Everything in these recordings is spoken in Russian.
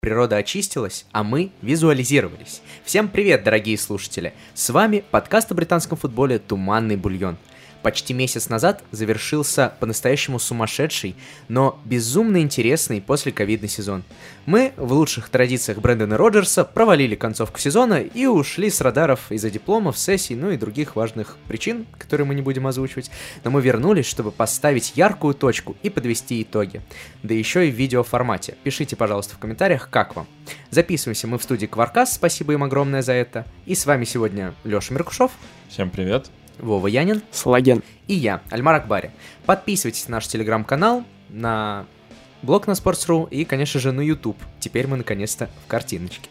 Природа очистилась, а мы визуализировались. Всем привет, дорогие слушатели! С вами подкаст о британском футболе «Туманный бульон». Почти месяц назад завершился по-настоящему сумасшедший, но безумно интересный послековидный сезон. Мы, в лучших традициях Брэндона Роджерса, провалили концовку сезона и ушли с радаров из-за дипломов, сессий, ну и других важных причин, которые мы не будем озвучивать. Но мы вернулись, чтобы поставить яркую точку и подвести итоги. Да еще и в видеоформате. Пишите, пожалуйста, в комментариях, как вам. Записываемся мы в студии Кваркас, спасибо им огромное за это. И с вами сегодня Леша Меркушев. Всем привет. Вова Янин. Слаген. И я, Альмар Акбари. Подписывайтесь на наш телеграм-канал, на блог на Sports.ru и, конечно же, на YouTube. Теперь мы, наконец-то, в картиночке.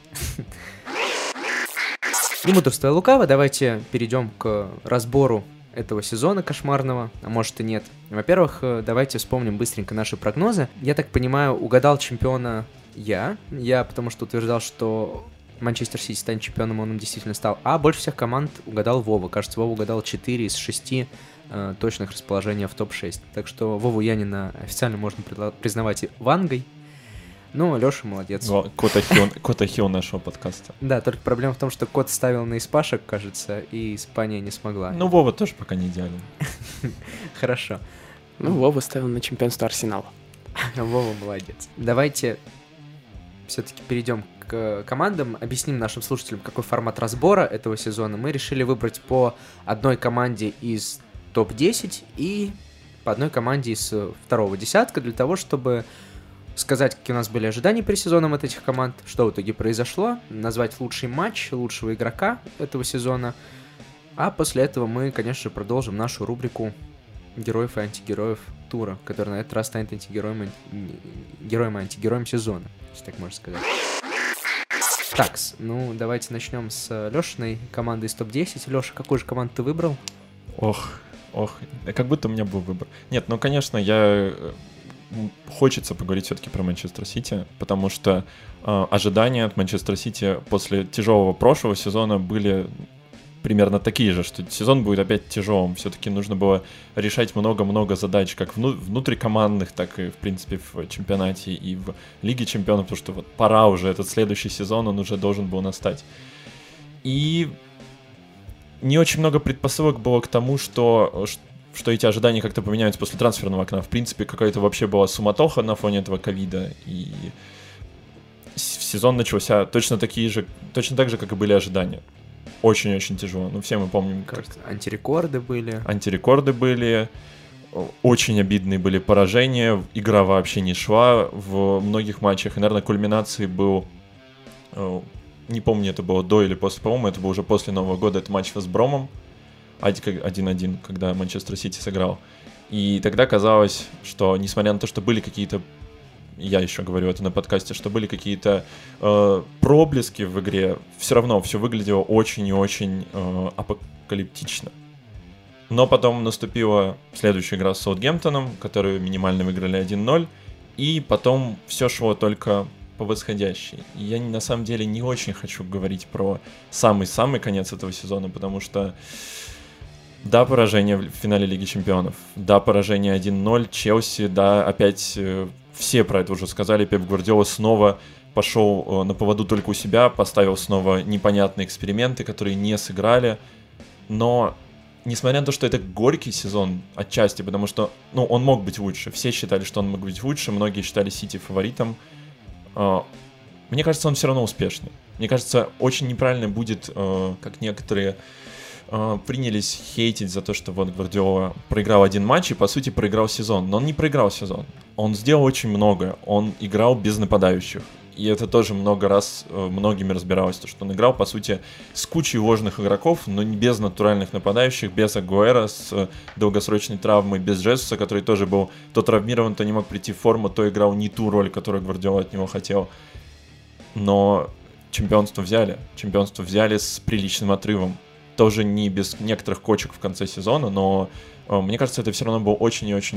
Не мудрствуя лукаво, давайте перейдем к разбору этого сезона кошмарного, а может и нет. Во-первых, давайте вспомним быстренько наши прогнозы. Я так понимаю, угадал чемпиона я потому что утверждал, что Манчестер Сити станет чемпионом, он им действительно стал. А больше всех команд угадал Вова. Кажется, Вова угадал 4 из 6 точных расположения в топ-6. Так что Вову Янина официально можно признавать вангой. Ну, Леша молодец. Кот Ахилл нашего подкаста. Да, только проблема в том, что кот ставил на испашек, кажется, и Испания не смогла. Ну, Вова тоже пока не идеален. Хорошо. Ну, Вова ставил на чемпионство Арсенала. Вова молодец. Давайте все-таки перейдем к командам, объясним нашим слушателям, какой формат разбора этого сезона. Мы решили выбрать по одной команде из топ-10 и по одной команде из второго десятка, для того, чтобы сказать, какие у нас были ожидания перед сезоном от этих команд, что в итоге произошло, назвать лучший матч лучшего игрока этого сезона. А после этого мы, конечно же, продолжим нашу рубрику героев и антигероев тура, который на этот раз станет антигероем и антигероем сезона, если так можно сказать. Так, ну давайте начнем с Лешиной команды из топ-10. Леша, какую же команду ты выбрал? Ох, как будто у меня был выбор. Нет, ну, конечно, хочется поговорить все-таки про Манчестер Сити, потому что ожидания от Манчестер Сити после тяжелого прошлого сезона были примерно такие же, что сезон будет опять тяжелым. Все-таки нужно было решать много-много задач, как внутрикомандных, так и, в принципе, в чемпионате и в Лиге Чемпионов, потому что вот пора уже, этот следующий сезон, он уже должен был настать. И не очень много предпосылок было к тому, что эти ожидания как-то поменяются после трансферного окна. В принципе, какая-то вообще была суматоха на фоне этого ковида, и сезон начался точно так же, как и были ожидания. Очень-очень тяжело. Ну, все мы помним, как антирекорды были. Очень обидные были поражения. Игра вообще не шла в многих матчах. И, наверное, кульминацией был... Не помню, это было до или после, по-моему, это было уже после Нового года. Это матч с Бромом 1-1, когда Манчестер Сити сыграл. И тогда казалось, что, несмотря на то, что были какие-то... Я еще говорю это на подкасте, что были какие-то проблески в игре, все равно все выглядело очень и очень апокалиптично. Но потом наступила следующая игра с Саутгемптоном, которую минимально выиграли 1-0, и потом все шло только по восходящей. И я на самом деле не очень хочу говорить про самый-самый конец этого сезона, потому что да, поражение в финале Лиги Чемпионов, да, поражение 1-0, Челси, да, опять... Все про это уже сказали. Пеп Гвардиола снова пошел на поводу только у себя, поставил снова непонятные эксперименты, которые не сыграли. Но, несмотря на то, что это горький сезон отчасти, потому что, он мог быть лучше. Все считали, что он мог быть лучше, многие считали Сити фаворитом. Мне кажется, он все равно успешный. Мне кажется, очень неправильно будет, как некоторые принялись хейтить за то, что вот Гвардиола проиграл один матч и, по сути, проиграл сезон. Но он не проиграл сезон. Он сделал очень много. Он играл без нападающих. И это тоже много раз многими разбиралось, то, что он играл, по сути, с кучей ложных игроков, но не без натуральных нападающих, без Агуэра с долгосрочной травмой, без Жесуса, который тоже был то травмирован, то не мог прийти в форму, то играл не ту роль, которую Гвардиола от него хотел. Но чемпионство взяли с приличным отрывом. Тоже не без некоторых кочек в конце сезона, но мне кажется, это все равно был очень и очень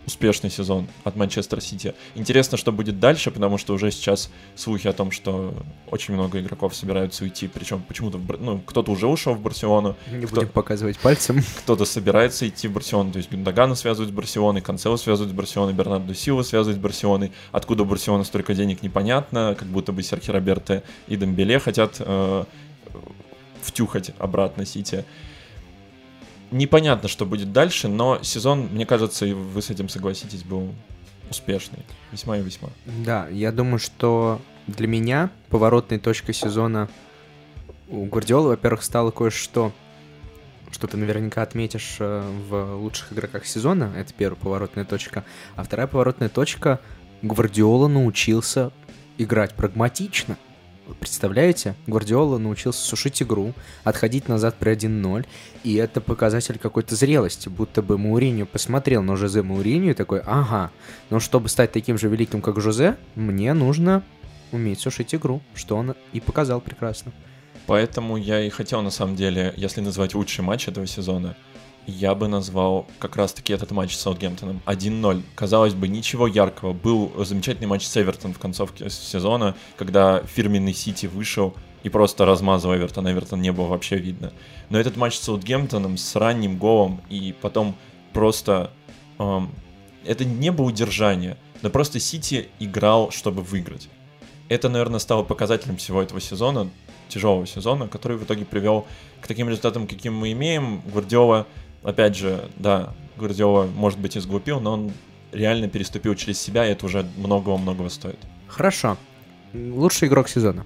успешный сезон от Манчестер Сити. Интересно, что будет дальше, потому что уже сейчас слухи о том, что очень много игроков собираются уйти, причем почему-то кто-то уже ушел в Барселону. Не будем показывать пальцем. Кто-то собирается идти в Барселону, то есть Гюндогана связывают с Барселоной, Канцело связывают с Барселоной, Бернардо Силва связывают с Барселоной. Откуда у Барселоны столько денег, непонятно, как будто бы Серхио Роберто и Дембеле хотят втюхать обратно Сити. Непонятно, что будет дальше, но сезон, мне кажется, и вы с этим согласитесь, был успешный. Весьма и весьма. Да, я думаю, что для меня поворотной точкой сезона у Гвардиолы, во-первых, стало кое-что, что ты наверняка отметишь в лучших игроках сезона. Это первая поворотная точка. А вторая поворотная точка — Гвардиола научился играть прагматично. Вы представляете? Гвардиола научился сушить игру, отходить назад при 1-0, и это показатель какой-то зрелости, будто бы Мауриньо посмотрел на Жозе Мауриньо и такой: ага, но чтобы стать таким же великим, как Жозе, мне нужно уметь сушить игру, что он и показал прекрасно. Поэтому я и хотел, на самом деле, если назвать лучший матч этого сезона, я бы назвал как раз-таки этот матч с Саутгемптоном. 1-0. Казалось бы, ничего яркого. Был замечательный матч с Эвертон в концовке сезона, когда фирменный Сити вышел и просто размазал Эвертон. Эвертон не было вообще видно. Но этот матч с Саутгемптоном с ранним голом и потом просто... это не было удержание, но просто Сити играл, чтобы выиграть. Это, наверное, стало показателем всего этого сезона, тяжелого сезона, который в итоге привел к таким результатам, каким мы имеем. Гвардиола, опять же, да, Гвардиола, может быть, и сглупил, но он реально переступил через себя, и это уже многого-многого стоит. Хорошо. Лучший игрок сезона?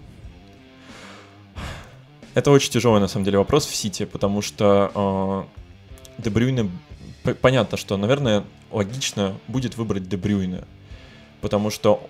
Это очень тяжелый, на самом деле, вопрос в Сити, потому что Де Брюйне... Понятно, что, наверное, логично будет выбрать Де Брюйне, потому что,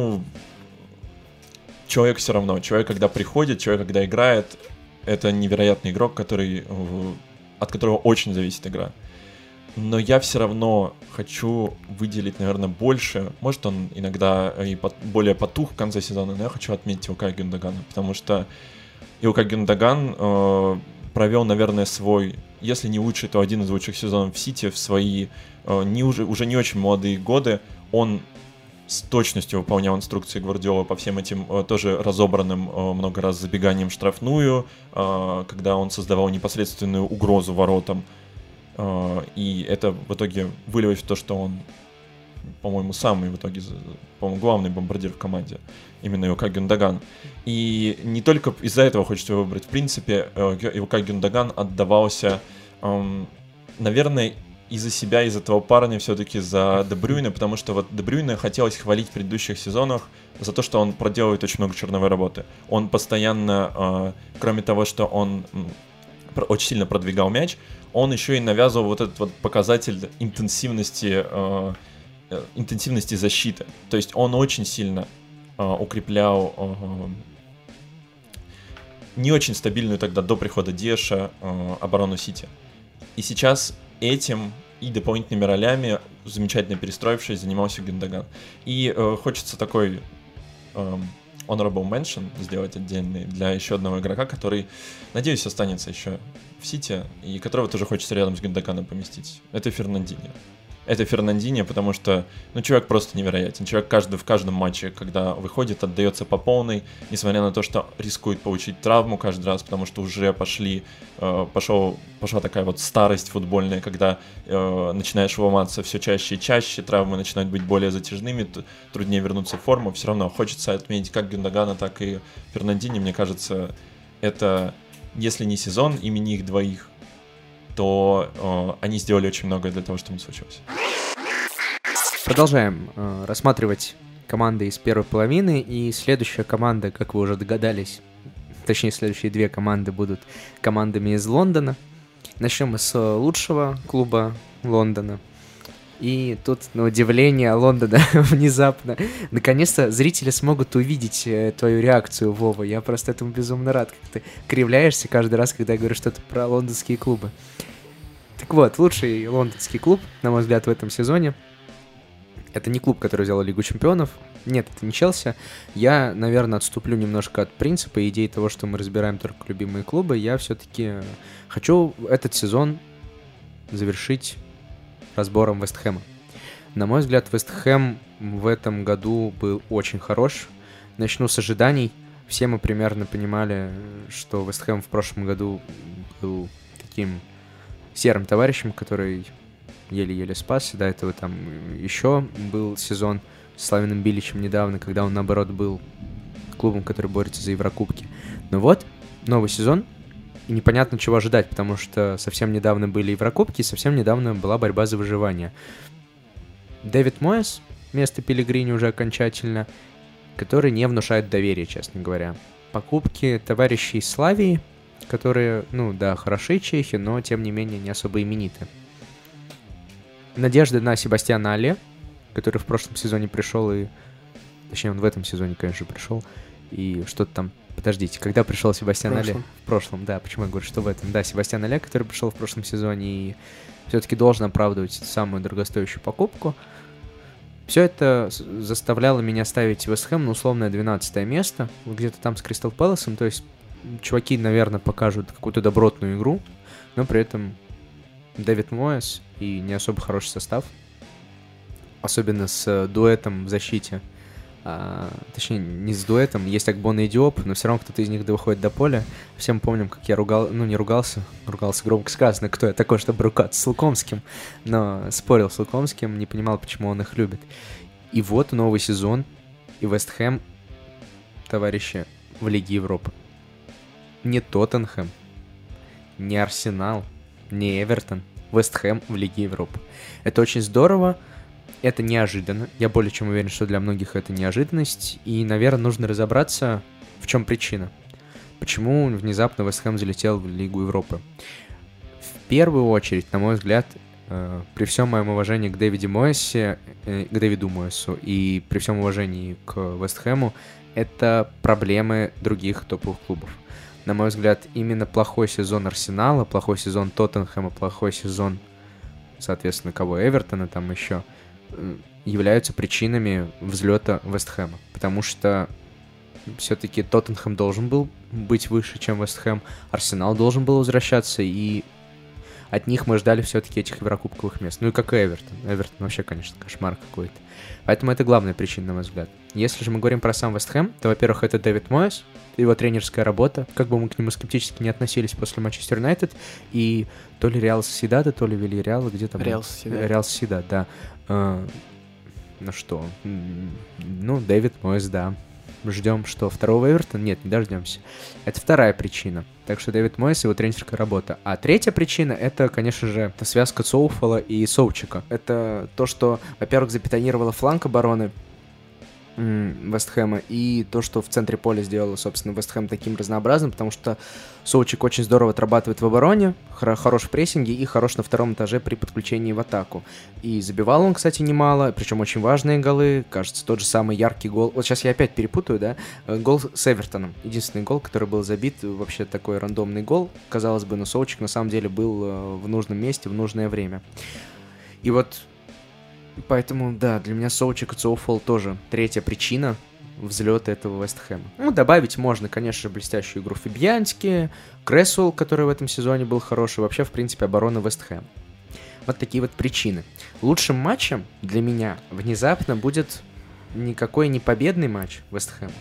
человек все равно. Человек, когда приходит, человек, когда играет, это невероятный игрок, от которого очень зависит игра. Но я все равно хочу выделить, наверное, больше. Может, он иногда и более потух в конце сезона, но я хочу отметить Илкая Гюндогана, потому что Илкай Гюндоган провел, наверное, свой, если не лучший, то один из лучших сезонов в Сити в свои уже не очень молодые годы. Он с точностью выполнял инструкции Гвардиолы по всем этим тоже разобранным много раз забеганием в штрафную, когда он создавал непосредственную угрозу воротам. И это в итоге вылилось в то, что он, по-моему, самый в итоге, по-моему, главный бомбардир в команде. Именно Илкай Гюндоган. И не только из-за этого хочется выбрать. В принципе, Илкай Гюндоган отдавался, наверное, из-за себя, из этого парня все-таки за Де Брюйне, потому что вот Де Брюйне хотелось хвалить в предыдущих сезонах за то, что он проделывает очень много черновой работы. Он постоянно, кроме того, что он очень сильно продвигал мяч, он еще и навязывал вот этот вот показатель интенсивности защиты. То есть он очень сильно укреплял не очень стабильную тогда до прихода Диэша оборону Сити. И сейчас этим и дополнительными ролями, замечательно перестроившись, занимался Гюндоган. И хочется такой honorable mention сделать отдельный для еще одного игрока, который, надеюсь, останется еще в Сити, и которого тоже хочется рядом с Гюндоганом поместить. Это Фернандиньо. Это Фернандиньо, потому что, человек просто невероятен. Человек в каждом матче, когда выходит, отдается по полной, несмотря на то, что рискует получить травму каждый раз, потому что уже пошла такая вот старость футбольная, когда начинаешь ломаться все чаще и чаще, травмы начинают быть более затяжными, труднее вернуться в форму. Все равно хочется отметить как Гюндогана, так и Фернандиньо. Мне кажется, это, если не сезон имени их двоих, то они сделали очень многое для того, чтобы это случилось. Продолжаем рассматривать команды из первой половины, и следующая команда, как вы уже догадались, точнее, следующие две команды будут командами из Лондона. Начнем мы с лучшего клуба Лондона. И тут, на удивление Лондона, внезапно, наконец-то зрители смогут увидеть твою реакцию, Вова. Я просто этому безумно рад, как ты кривляешься каждый раз, когда я говорю что-то про лондонские клубы. Так вот, лучший лондонский клуб, на мой взгляд, в этом сезоне. Это не клуб, который взял Лигу Чемпионов. Нет, это не Челси. Я, наверное, отступлю немножко от принципа и идеи того, что мы разбираем только любимые клубы. Я все-таки хочу этот сезон завершить разбором Вест Хэма. На мой взгляд, Вест Хэм в этом году был очень хорош. Начну с ожиданий. Все мы примерно понимали, что Вест Хэм в прошлом году был таким серым товарищем, который еле-еле спасся. До этого там еще был сезон с Славиным Биличем недавно, когда он, наоборот, был клубом, который борется за Еврокубки. Но вот, новый сезон, и непонятно, чего ожидать, потому что совсем недавно были Еврокубки, совсем недавно была борьба за выживание. Дэвид Моэс, место Пеллегрини уже окончательно, который не внушает доверия, честно говоря. Покупки товарищей из Славии, которые, хороши чехи, но, тем не менее, не особо имениты. Надежды на Себастьяна Алле, который в прошлом сезоне пришел и... Точнее, он в этом сезоне, конечно, пришел. И что-то там... Подождите, когда пришел Себастьян Алле? В прошлом, да. Почему я говорю, что в этом? Да, Себастьян Алле, который пришел в прошлом сезоне и все-таки должен оправдывать самую дорогостоящую покупку. Все это заставляло меня ставить Вест Хэм на условное 12 место. Где-то там с Кристал Пэласом. То есть чуваки, наверное, покажут какую-то добротную игру, но при этом Дэвид Моэс и не особо хороший состав. Особенно с дуэтом в защите. Точнее, не с дуэтом. Есть Акбон и Диоп, но все равно кто-то из них доходит до поля. Все мы помним, как я ругался громко сказано, кто я такой, чтобы ругаться с Лукомским. Но спорил с Лукомским, не понимал, почему он их любит. И вот новый сезон, и Вест Хэм, товарищи, в Лиге Европы. Не Тоттенхэм, не Арсенал, не Эвертон. Вест Хэм в Лиге Европы. Это очень здорово. Это неожиданно. Я более чем уверен, что для многих это неожиданность. И, наверное, нужно разобраться, в чем причина. Почему внезапно Вест Хэм залетел в Лигу Европы. В первую очередь, на мой взгляд, при всем моем уважении к Дэвиду Моэсу и при всем уважении к Вест Хэму, это проблемы других топовых клубов. На мой взгляд, именно плохой сезон Арсенала, плохой сезон Тоттенхэма, плохой сезон, соответственно, Эвертона там еще, являются причинами взлета Вест Хэма. Потому что все-таки Тоттенхэм должен был быть выше, чем Вест Хэм, Арсенал должен был возвращаться, и от них мы ждали все-таки этих еврокубковых мест. Ну и как и Эвертон. Эвертон вообще, конечно, кошмар какой-то. Поэтому это главная причина, на мой взгляд. Если же мы говорим про сам Вест Хэм, то, во-первых, это Дэвид Моэс, его тренерская работа. Как бы мы к нему скептически не относились после Манчестер Юнайтед, и то ли Реал Сосьедада, то ли Вильяреал, где там... Реал Сосьедад, да. Ну что, Дэвид Моэс, да. Ждем, что второго Эвертона? Нет, не дождемся. Это вторая причина. Так что Дэвид Моэс и его тренерская работа. А третья причина — это, конечно же, связка Цоуфала и Соучика. Это то, что, во-первых, запетонировало фланг обороны Вест Хэма, и то, что в центре поля сделало, собственно, Вест Хэм таким разнообразным, потому что Соучик очень здорово отрабатывает в обороне, хорош в прессинге и хорош на втором этаже при подключении в атаку. И забивал он, кстати, немало, причем очень важные голы. Кажется, тот же самый яркий гол. Вот сейчас я опять перепутаю, да? Гол с Эвертоном. Единственный гол, который был забит, вообще такой рандомный гол, казалось бы, но Соучик на самом деле был в нужном месте в нужное время. И вот поэтому, да, для меня Соучик и Цоуфал тоже третья причина взлета этого Вест Хэма. Добавить можно, конечно же, блестящую игру Фабиански, Крессуэлл, который в этом сезоне был хороший, вообще, в принципе, оборона Вест Хэма. Вот такие вот причины. Лучшим матчем для меня внезапно будет никакой не победный матч Вест Хэма,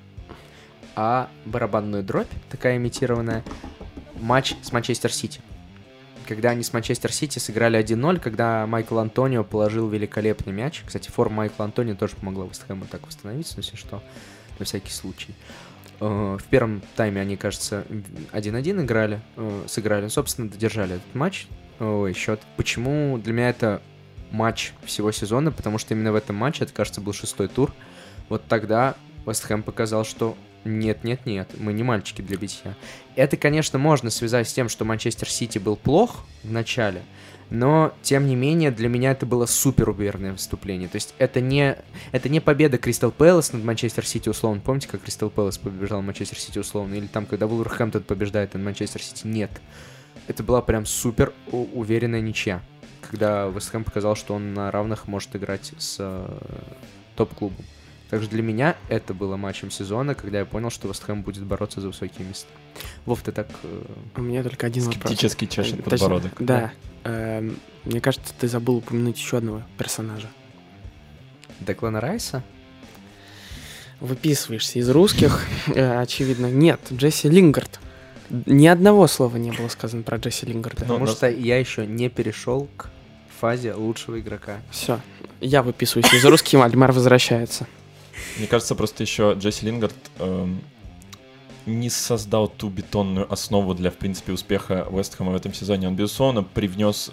а барабанную дробь, такая имитированная, матч с Манчестер Сити. Когда они с Манчестер Сити сыграли 1-0, когда Майкл Антонио положил великолепный мяч. Кстати, форма Майкла Антонио тоже помогла Вест Хэму так восстановиться, если что, на всякий случай. В первом тайме они, кажется, 1-1 сыграли. Собственно, додержали этот матч. Счет. Почему для меня это матч всего сезона? Потому что именно в этом матче, это, кажется, был 6-й тур. Вот тогда Вест Хэм показал, что нет, мы не мальчики для битья. Это, конечно, можно связать с тем, что Манчестер Сити был плох в начале, но, тем не менее, для меня это было супер уверенное выступление. То есть это не победа Кристал Пэлас над Манчестер Сити условно. Помните, как Кристал Пэлас побеждал Манчестер Сити условно? Или там, когда Вулверхэмптон побеждает над Манчестер Сити? Нет. Это была прям супер уверенная ничья, когда Вест Хэм показал, что он на равных может играть с топ-клубом. Также для меня это было матчем сезона, когда я понял, что Вест Хэм будет бороться за высокие места. Вов, ты так... У меня только один вопрос. Скептически чешет подбородок. Да. Мне кажется, ты забыл упомянуть еще одного персонажа. Деклана Райса? Выписываешься из русских, очевидно. Нет, Джесси Лингард. Ни одного слова не было сказано про Джесси Лингарда. Потому что я еще не перешел к фазе лучшего игрока. Все, я выписываюсь из русских, Альмар возвращается. Мне кажется, просто еще Джесси Лингард не создал ту бетонную основу для, в принципе, успеха Вест Хэма в этом сезоне. Он, безусловно, привнес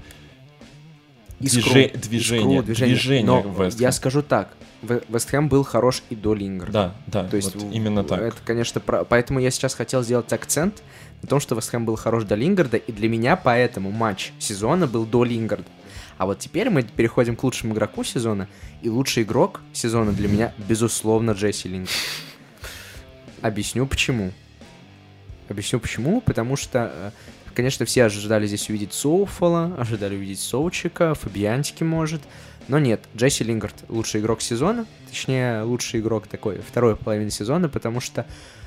движение в Вест Хэм. Я скажу так, Вест Хэм был хорош и до Лингарда. Да, то есть вот именно так. Это, конечно, поэтому я сейчас хотел сделать акцент на том, что Вест Хэм был хорош до Лингарда, и для меня поэтому матч сезона был до Лингарда. А вот теперь мы переходим к лучшему игроку сезона, и лучший игрок сезона для меня, безусловно, Джесси Лингард. Объясню почему. Потому что, конечно, все ожидали здесь увидеть Соуфола, ожидали увидеть Соучика, Фабиантики, может. Но нет, Джесси Лингард лучший игрок сезона, точнее, лучший игрок такой второй половины сезона, потому что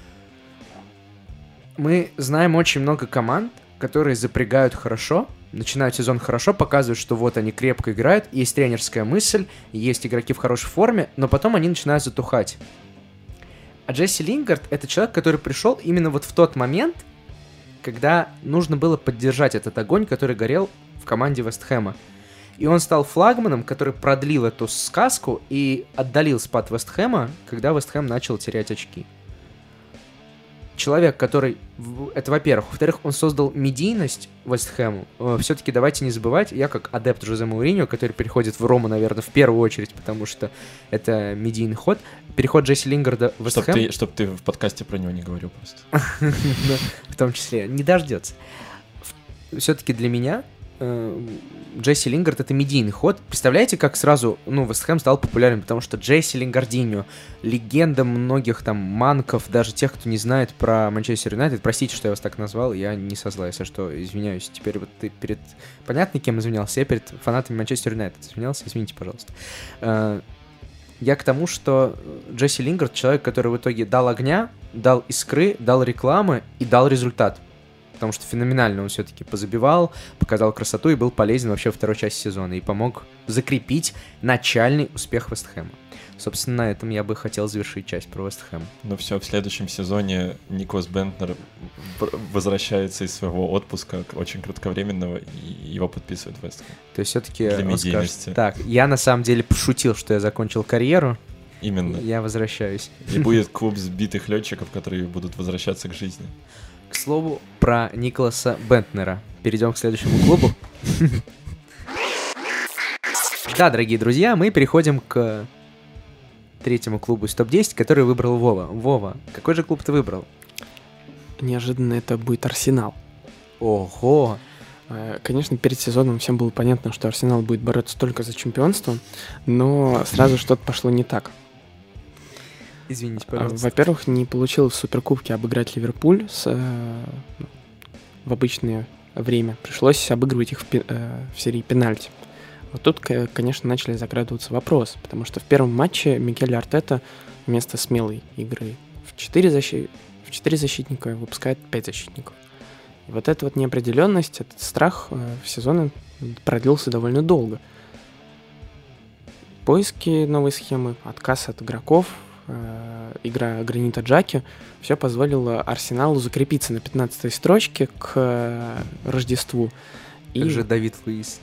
мы знаем очень много команд, которые запрягают хорошо, начинают сезон хорошо, показывают, что вот они крепко играют, есть тренерская мысль, есть игроки в хорошей форме, но потом они начинают затухать. А Джесси Лингард — это человек, который пришел именно вот в тот момент, когда нужно было поддержать этот огонь, который горел в команде Вест Хэма. И он стал флагманом, который продлил эту сказку и отдалил спад Вест Хэма, когда Вест Хэм начал терять очки. Человек, который... Это, во-первых. Во-вторых, он создал медийность Вест Хэму. Все-таки давайте не забывать, я как адепт Жозе Мауриньо, который переходит в Рому, наверное, в первую очередь, потому что это медийный ход. Переход Джесси Лингарда в Вест Хэм... Чтоб ты в подкасте про него не говорил просто. В том числе. Не дождется. Все-таки для меня Джесси Лингард — это медийный ход. Представляете, как сразу, Вест Хэм стал популярен, потому что Джесси Лингардиньо, легенда многих там манков, даже тех, кто не знает про Манчестер Юнайтед. Простите, что я вас так назвал, я не со зла, если что, извиняюсь. Теперь вот ты перед... Понятно, кем извинялся? Я перед фанатами Манчестер Юнайтед извинялся, извините, пожалуйста. Я к тому, что Джесси Лингард — человек, который в итоге дал огня, дал искры, дал рекламы и дал результат. Потому что феноменально он все-таки позабивал, показал красоту и был полезен вообще во второй части сезона. И помог закрепить начальный успех Вест Хэма. Собственно, на этом я бы хотел завершить часть про Вест Хэм. Ну все, в следующем сезоне Никлас Бентнер возвращается из своего отпуска, очень кратковременного, и его подписывает Вест Хэм. То есть все-таки для он скажет: так, я на самом деле пошутил, что я закончил карьеру. Именно. Я возвращаюсь. И будет клуб сбитых летчиков, которые будут возвращаться к жизни. К слову, про Никласа Бентнера. Перейдем к следующему клубу. Да, дорогие друзья, мы переходим к третьему клубу из топ-10, который выбрал Вова. Вова, какой же клуб ты выбрал? Неожиданно это будет Арсенал. Ого! Конечно, перед сезоном всем было понятно, что Арсенал будет бороться только за чемпионство, но сразу что-то пошло не так. Извините, пожалуйста. Во-первых, не получилось в Суперкубке обыграть Ливерпуль в обычное время. Пришлось обыгрывать их в серии пенальти. Вот тут, конечно, начали закрадываться вопросы, потому что в первом матче Микель Артета вместо смелой игры в 4 защитника выпускает 5 защитников. И вот эта вот неопределенность, этот страх в сезоне продлился довольно долго. Поиски новой схемы, отказ от игроков, игра Гранита Джаки, все позволило Арсеналу закрепиться на 15-й строчке к Рождеству. Как же Давид Луис?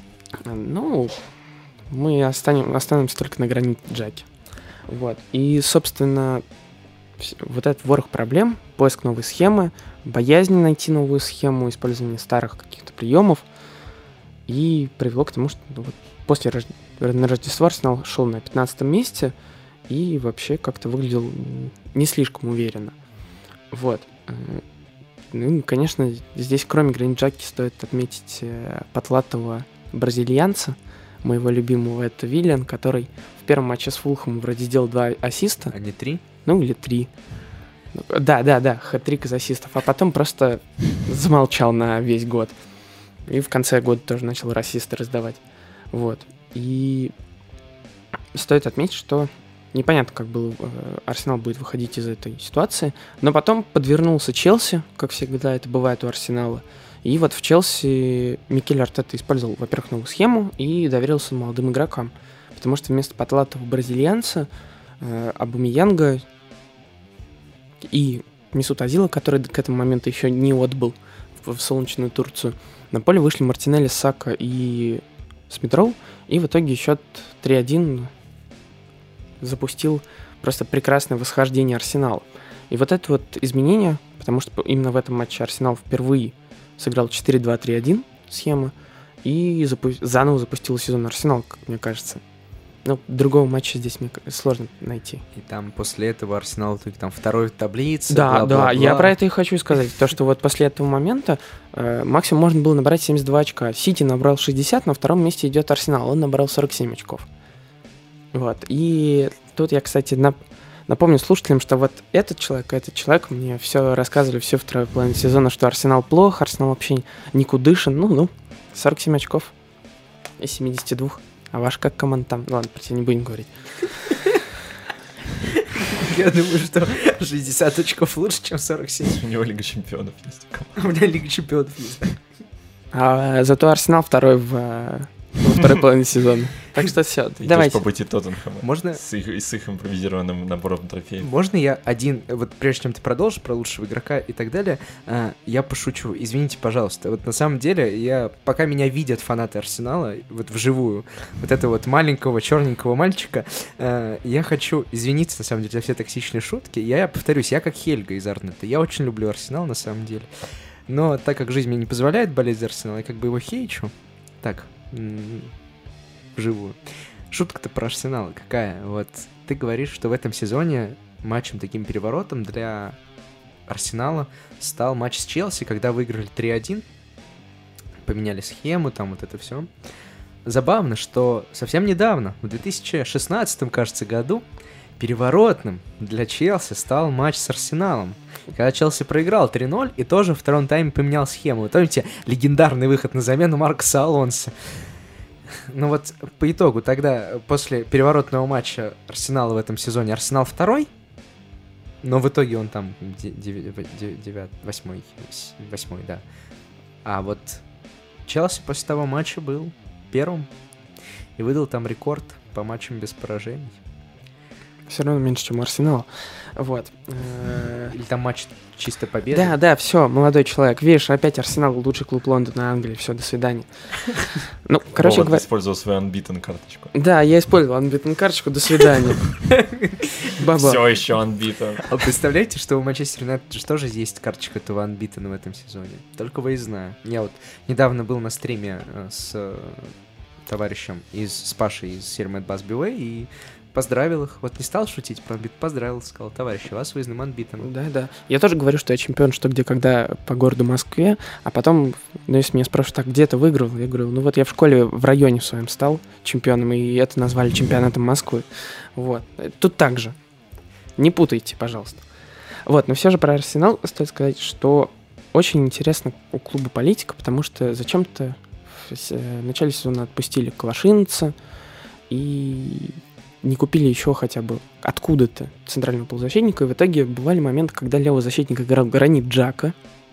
Мы останемся только на Граните Джаки. Вот. И, собственно, вот этот ворох проблем, поиск новой схемы, боязнь найти новую схему, использование старых каких-то приемов, и привело к тому, что после Рождества Арсенал шел на 15-м месте и вообще как-то выглядел не слишком уверенно. Вот. Ну, конечно, здесь кроме Гранит Джаки стоит отметить потлатого бразильянца, моего любимого, это Виллиан, который в первом матче с Фулхэмом вроде сделал 2 ассиста. А не 3? Ну, или 3. Да, хэт-трик из ассистов, а потом просто замолчал на весь год. И в конце года тоже начал ассисты раздавать. Вот. И стоит отметить, что непонятно, как был Арсенал будет выходить из этой ситуации, но потом подвернулся Челси, как всегда это бывает у Арсенала. И вот в Челси Микель Артета использовал, во-первых, новую схему и доверился молодым игрокам. потому что вместо потлатого бразильянца Абамеянга и Месут Озила, который к этому моменту еще не отбыл в солнечную Турцию, на поле вышли Мартинелли, Сака и Смит-Роу, и в итоге счет 3-1 запустил просто прекрасное восхождение Арсенала. И вот это вот изменение, потому что именно в этом матче Арсенал впервые сыграл 4-2-3-1 схемы и заново запустил сезон Арсенал, как мне кажется. Ну, другого матча здесь мне сложно найти. И там после этого Арсенал там второй в таблице. Да, бла-бла-бла. я про это и хочу сказать. То, что вот после этого момента максимум можно было набрать 72 очка. Сити набрал 60, на втором месте идет Арсенал, он набрал 47 очков. Вот. И тут я, кстати, напомню слушателям, что вот этот человек мне все рассказывали всю вторую половину сезона, что Арсенал плохо, Арсенал вообще никудышен. Ну, 47 очков из 72. А ваш как команда там? Ладно, про тебя не будем говорить. Я думаю, что 60 очков лучше, чем 47. У него Лига Чемпионов есть. У меня Лига Чемпионов есть. А зато Арсенал второй во второй половине сезона. Так что все, давайте. По пути Тоттенхэма. Можно... С их импровизированным набором трофеев. Можно я вот прежде чем ты продолжишь про лучшего игрока и так далее, я пошучу. Извините, пожалуйста. Вот на самом деле, пока меня видят фанаты Арсенала, вот вживую, вот этого вот маленького черненького мальчика, я хочу извиниться, на самом деле, за все токсичные шутки. Я повторюсь, я как Хельга из Арнета. Я очень люблю Арсенал, на самом деле. Но так как жизнь мне не позволяет болеть за Арсенал, я как бы его хейчу. Так, вживую. Шутка-то про Арсенал какая? Вот ты говоришь, что в этом сезоне матчем таким переворотом для Арсенала стал матч с Челси, когда выиграли 3-1, поменяли схему, там вот это все. Забавно, что совсем недавно, в 2016, кажется, году, переворотным для Челси стал матч с Арсеналом, когда Челси проиграл 3-0 и тоже в втором тайме поменял схему. Вы помните легендарный выход на замену Маркоса Алонсо? Ну вот по итогу тогда, после переворотного матча Арсенала в этом сезоне, Арсенал второй, но в итоге он там 8-й, да. А вот Челси после того матча был первым и выдал там рекорд по матчам без поражений. Все равно меньше, чем Арсенал. Вот. Или там матч чистой победы. Да, все, молодой человек. Видишь, опять Арсенал лучший клуб Лондона, Англии. Все, до свидания. Ну, короче говоря... использовал свою unbeaten карточку. Да, я использовал unbeaten карточку. До свидания. Баба. Все еще unbeaten. А представляете, что у Манчестер Юнайтед же тоже есть карточка этого unbeaten в этом сезоне? Только выездная. Я вот недавно был на стриме с товарищем с Пашей из серии Mad Bass BWay и поздравил их. Вот не стал шутить про анбит, поздравил, сказал: товарищи, вас выездным анбитом. Да. Я тоже говорю, что я чемпион что где когда по городу Москве, а потом, если меня спрашивают, так, где ты выиграл? Я говорю, ну вот я в школе в районе в своем стал чемпионом, и это назвали чемпионатом Москвы. Вот. Тут так же. Не путайте, пожалуйста. Вот, но все же про Арсенал стоит сказать, что очень интересно у клуба политика, потому что зачем-то в начале сезона отпустили Квашинца и не купили еще хотя бы откуда-то центрального полузащитника, и в итоге бывали моменты, когда левый защитник играл Гранит Джака.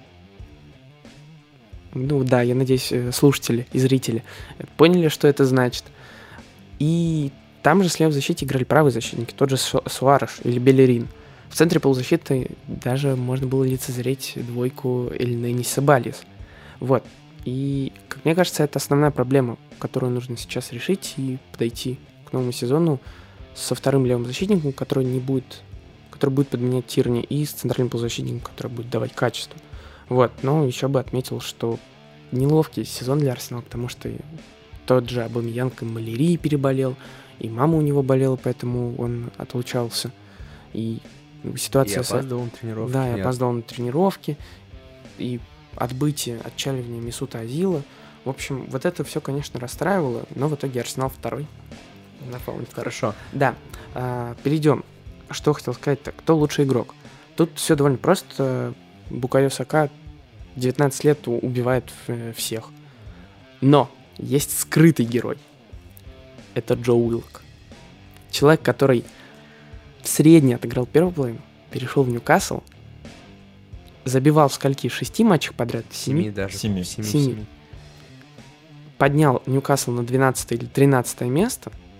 Ну да, я надеюсь, слушатели и зрители поняли, что это значит. И там же слева в защите играли правые защитники, тот же Суареш или Белерин. В центре полузащиты даже можно было лицезреть двойку Эльнени Себальес. Вот. И, как мне кажется, это основная проблема, которую нужно сейчас решить и подойти к новому сезону со вторым левым защитником, который будет подменять Тирни, и с центральным полузащитником, который будет давать качество. Вот. Но еще бы отметил, что неловкий сезон для Арсенала, потому что тот же Абамеянг и малярией переболел, и мама у него болела, поэтому он отлучался. И ситуация... И опаздывал на тренировки. Да, и опаздывал на тренировки. И отбытие, отчаливание Месута Озила. В общем, вот это все, конечно, расстраивало, но в итоге Арсенал второй. Напомню. Хорошо. Да. Перейдем. Что хотел сказать-то? Кто лучший игрок? Тут все довольно просто. Букайо Сака 19 лет убивает всех. Но есть скрытый герой. Это Джо Уилк. Человек, который в среднем отыграл первую половину, перешел в Ньюкасл, забивал в скольки? 6 матчах подряд? 7 даже. 7. Поднял Ньюкасл на 12 или 13 место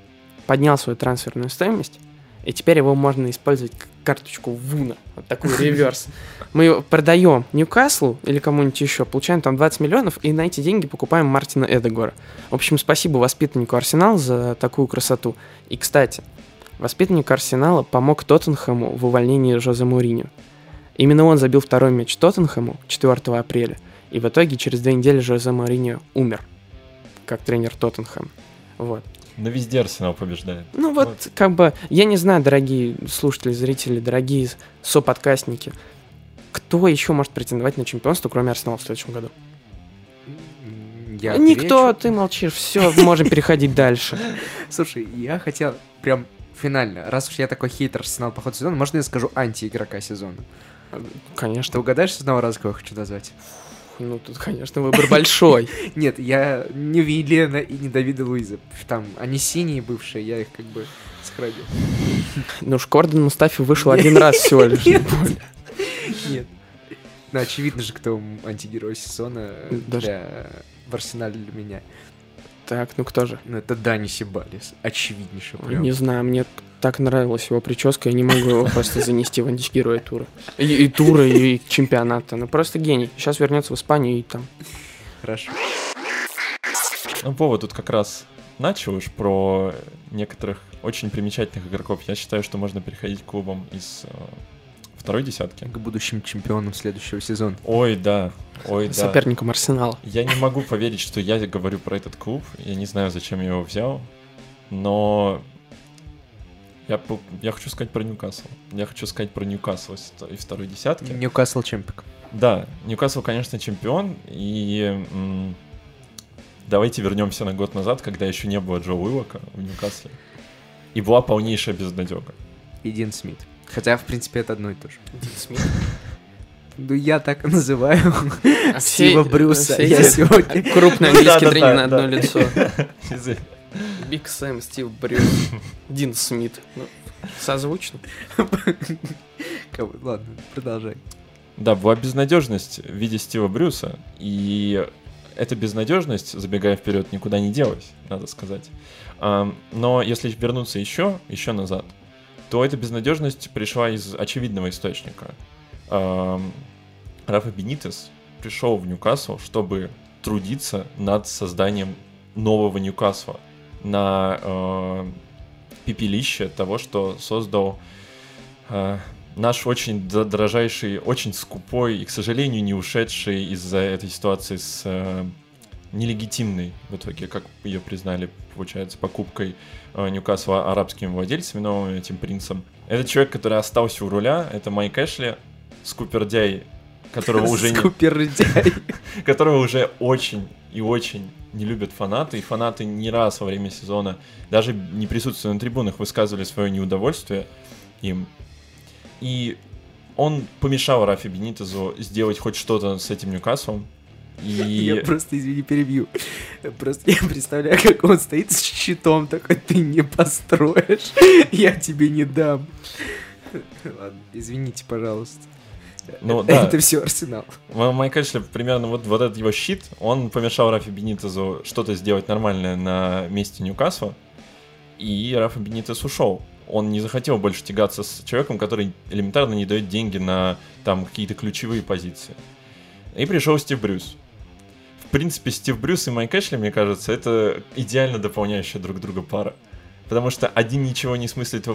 поднял свою трансферную стоимость, и теперь его можно использовать как карточку Вуна, вот такой реверс. Мы его продаем Ньюкаслу или кому-нибудь еще, получаем там 20 миллионов, и на эти деньги покупаем Мартина Эдегора. В общем, спасибо воспитаннику Арсенала за такую красоту. И, кстати, воспитанник Арсенала помог Тоттенхэму в увольнении Жозе Моуриньо. Именно он забил второй мяч Тоттенхэму 4 апреля, и в итоге через 2 недели Жозе Моуриньо умер, как тренер Тоттенхэма. Вот. Но везде Арсенал побеждает. Ну вот, как бы, я не знаю, дорогие слушатели, зрители, дорогие соподкастники, кто еще может претендовать на чемпионство, кроме Арсенала в следующем году? Я Никто, отвечу. ты молчишь, все, можем переходить дальше. Слушай, я хотел прям финально, раз уж я такой хейтер Арсенала по ходу сезона, можно я скажу анти-игрока сезона? Ты Конечно. угадаешь с одного раза, кого я хочу назвать? Ну, тут, конечно, выбор большой. Нет, я не Виллиана и не Давида Луиза. Там они синие бывшие, я их как бы сохранил. Ну, Шкордон Мустафи вышел один раз всего лишь. Нет. Нет. Ну, очевидно же, кто антигерой сезона в Арсенале для меня. Так, ну кто же? Ну, это Дани Сибалис. Очевиднейший прям. Не знаю, мне так нравилась его прическа, я не могу его просто занести в антигероя тура. И тура, и чемпионата. Ну, просто гений. Сейчас вернется в Испанию и там. Хорошо. Ну, Вова тут как раз начал уж про некоторых очень примечательных игроков. Я считаю, что можно переходить к клубам из второй десятки. К будущим чемпионам следующего сезона. Ой, да. Ой, да. Соперником Арсенала. Я не могу поверить, что я говорю про этот клуб. Я не знаю, зачем я его взял. Но я хочу сказать про Ньюкасл. Я хочу сказать про Ньюкасл из второй десятки. Ньюкасл чемпион. Да, Ньюкасл, конечно, чемпион. И давайте вернемся на год назад, когда еще не было Джо Уиллока в Ньюкасле. И была полнейшая безнадега. И Дин Смит. Хотя, в принципе, это одно и то же. Дин Смит. Ну, я так и называю А Стива все- Брюса. все Я эти сегодня... Крупный Ну, английский да, тренер да, на одно да. лицо. Извини. Биг Сэм, Стив Брюс, Дин Смит. Ну, созвучно. Ладно, продолжай. Да, была безнадежность в виде Стива Брюса, и эта безнадежность, забегая вперед, никуда не делась, надо сказать. Но если вернуться еще назад, то эта безнадежность пришла из очевидного источника. Рафа Бенитес пришел в Ньюкасл, чтобы трудиться над созданием нового Ньюкасла на пепелище того, что создал наш очень дорожайший, очень скупой и, к сожалению, не ушедший из-за этой ситуации с нелегитимной, в итоге, как ее признали, получается, покупкой Ньюкасла арабскими владельцами, новым этим принцем. Это человек, который остался у руля, это Майк Эшли, скупердяй, которого уже которого уже очень и очень не любят фанаты, и фанаты не раз во время сезона, даже не присутствуя на трибунах, высказывали свое неудовольствие им. И он помешал Рафе Бенитезу сделать хоть что-то с этим Ньюкаслом. Я просто, извини, перебью. Просто я представляю, как он стоит с щитом такой: ты не построишь, я тебе не дам. Ладно, извините, пожалуйста. Ну, да. Это все Арсенал. Майк Эшли, примерно вот этот его щит, он помешал Рафе Бенитезу что-то сделать нормальное на месте Ньюкасла, и Рафа Бенитес ушел. Он не захотел больше тягаться с человеком, который элементарно не дает деньги на там какие-то ключевые позиции. И пришел Стив Брюс. В принципе, Стив Брюс и Майк Эшли, мне кажется, это идеально дополняющая друг друга пара. Потому что один ничего не смыслит во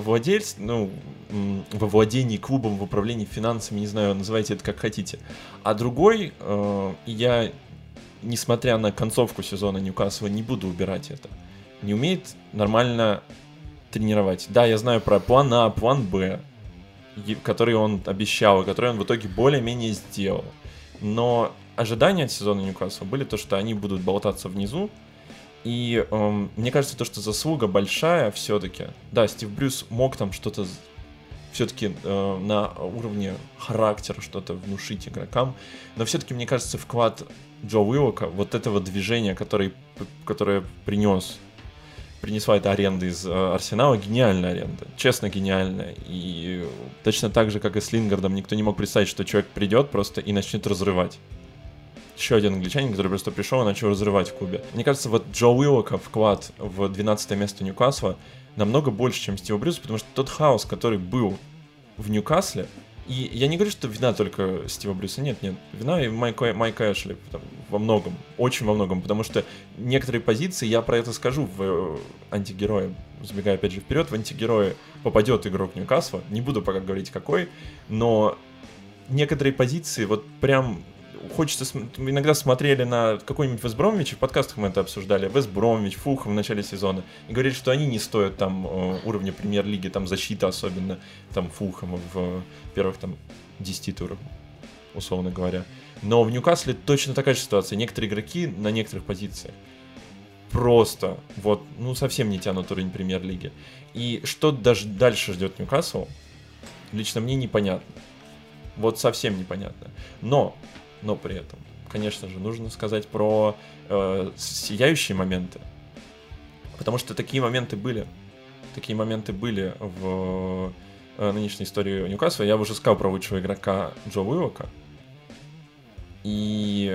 владении клубом, в управлении финансами, не знаю, называйте это как хотите. А другой, я, несмотря на концовку сезона Ньюкасла, не буду убирать это. Не умеет нормально тренировать. Да, я знаю про план А, план Б, который он обещал, и который он в итоге более-менее сделал. Но ожидания от сезона Ньюкасла были то, что они будут болтаться внизу. И мне кажется, то, что заслуга большая все-таки. Да, Стив Брюс мог там что-то все-таки на уровне характера что-то внушить игрокам. Но все-таки, мне кажется, вклад Джо Уиллока, вот этого движения, которое принесла эта аренда из Арсенала, гениальная аренда. Честно, гениальная. И точно так же, как и с Лингардом, никто не мог представить, что человек придет просто и начнет разрывать. Еще один англичанин, который просто пришел и начал разрывать в клубе. Мне кажется, вот Джо Уиллока вклад в 12 место Ньюкасла намного больше, чем Стива Брюса, потому что тот хаос, который был в Ньюкасле, и я не говорю, что вина только Стива Брюса, нет, вина и Майка Эшли во многом, очень во многом, потому что некоторые позиции, я про это скажу в антигерое, забегая опять же вперед, в антигерое попадет игрок Ньюкасла, не буду пока говорить какой, но некоторые позиции вот прям хочется, иногда смотрели на какой-нибудь Вест Бромвич, в подкастах мы это обсуждали, Вест Бромвич, Фулхэм в начале сезона, и говорили, что они не стоят там уровня премьер-лиги, там защита особенно, там Фулхэма в первых там 10 турах, условно говоря. Но в Ньюкасле точно такая же ситуация. Некоторые игроки на некоторых позициях просто вот, ну, совсем не тянут уровень премьер-лиги. И что даже дальше ждет Ньюкасл, лично мне непонятно. Вот совсем непонятно. Но при этом, конечно же, нужно сказать про сияющие моменты. Потому что такие моменты были. Такие моменты были в нынешней истории Ньюкасла. Я уже сказал про лучшего игрока Джо Уилока. И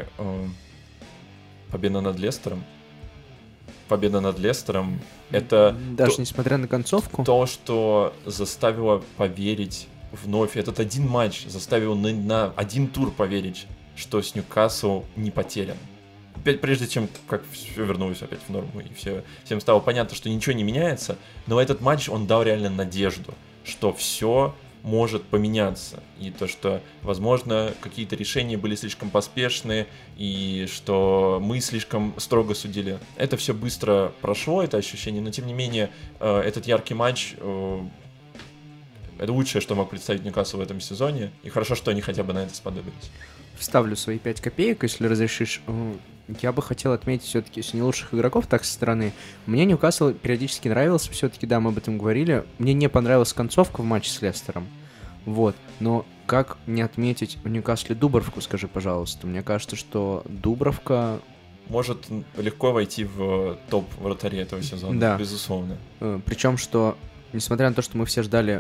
победа над Лестером. Победа над Лестером — это... Даже несмотря на концовку? То, что заставило поверить вновь. Этот один матч заставил на один тур поверить, что с Ньюкасл не потерян. Опять, прежде чем как все вернулось опять в норму, и всем стало понятно, что ничего не меняется, но этот матч, он дал реально надежду, что все может поменяться. И то, что, возможно, какие-то решения были слишком поспешные, и что мы слишком строго судили. Это все быстро прошло, это ощущение, но тем не менее, этот яркий матч... Это лучшее, что мог представить Ньюкасл в этом сезоне, и хорошо, что они хотя бы на это сподобились. Вставлю свои 5 копеек, если разрешишь. Я бы хотел отметить все-таки, если не лучших игроков, так со стороны. Мне Ньюкасл периодически нравился, все-таки, да, мы об этом говорили. Мне не понравилась концовка в матче с Лестером. Вот. Но как не отметить в Ньюкасле Дубровку, скажи, пожалуйста. Мне кажется, что Дубровка... Может легко войти в топ вратарей этого сезона, да. Безусловно. Причем, что, несмотря на то, что мы все ждали...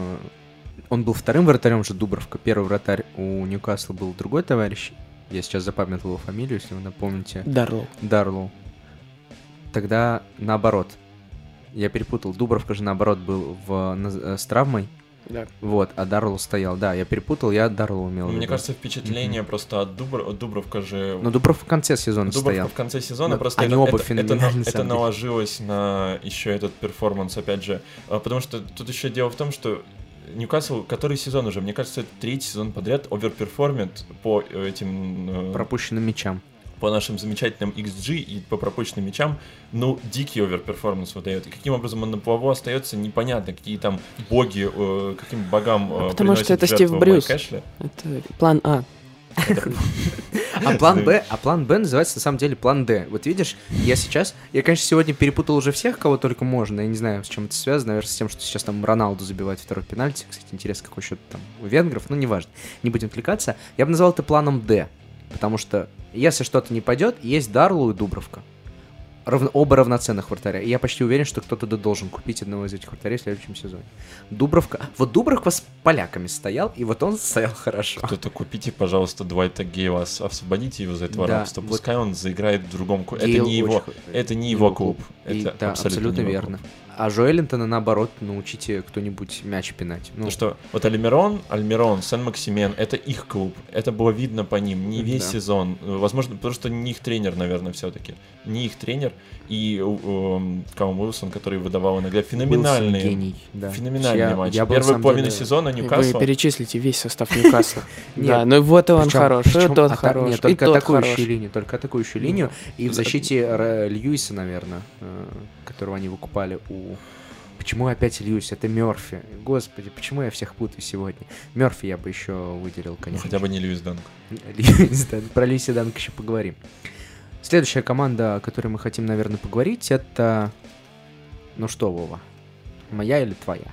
Он был вторым вратарем же, Дубровка. Первый вратарь у Ньюкасла был другой товарищ. Я сейчас запамятовал его фамилию, если вы напомните. Дарлоу. Тогда наоборот. Я перепутал. Дубровка же наоборот был с травмой. Да. Вот, а Дарлоу стоял. Да, я перепутал, я Дарлоу имел в виду. Мне кажется, впечатление просто от Дубровка же... Но Дубровка в конце сезона стоял. Дубровка в конце сезона, просто они оба феноменальны. Это наложилось на еще этот перформанс, опять же. Потому что тут еще дело в том, что Ньюкасл, который сезон уже, мне кажется, это третий сезон подряд оверперформит по этим... пропущенным мячам. По нашим замечательным XG и по пропущенным мячам, ну, дикий оверперформанс выдает. И каким образом он на плаву остается, непонятно. Какие там боги, каким богам потому что это Стив Брюс. Это план А. А план Б называется на самом деле план Д. Вот видишь, я, конечно, сегодня перепутал уже всех, кого только можно. Я не знаю, с чем это связано. Наверное, с тем, что сейчас там Роналду забивает второй пенальти. Кстати, интересно, какой счет там у венгров. Ну, неважно. Не будем отвлекаться. Я бы назвал это планом Д. Потому что, если что-то не пойдет, есть Дарлоу и Дубровка. Оба равноценных вратаря. И я почти уверен, что кто-то должен купить одного из этих вратарей в следующем сезоне. Дубровка. Вот Дубровка с поляками стоял, и вот он стоял хорошо. Кто-то купите, пожалуйста, Дуайта Гейла, освободите его за этого рабства. Вот. Пускай он заиграет в другом клубе. Это не его клуб. Это да, абсолютно верно. Клуб. А Жоэлинтона, наоборот, научите кто-нибудь мяч пинать. Ну что, вот Альмирон, Сен-Максимен, это их клуб. Это было видно по ним, не весь сезон. Возможно, потому что не их тренер, наверное, все-таки. Не их тренер. И Калум Уилсон, который выдавал иногда феноменальные, гений, да. Феноменальные матчи. Первую половину сезона Ньюкасла... Вы перечислите весь состав Ньюкасла. Да, ну вот и он хорош, и тот хорош, нет, только атакующую линию. И в защите Льюиса, наверное, которого они выкупали у... Почему опять Льюис? Это Мёрфи. Господи, почему я всех путаю сегодня? Мёрфи я бы еще выделил, конечно. Хотя бы не Льюис Данк. Про Льюиса Данка еще поговорим. Следующая команда, о которой мы хотим, наверное, поговорить, это... Ну что, Вова? Моя или твоя?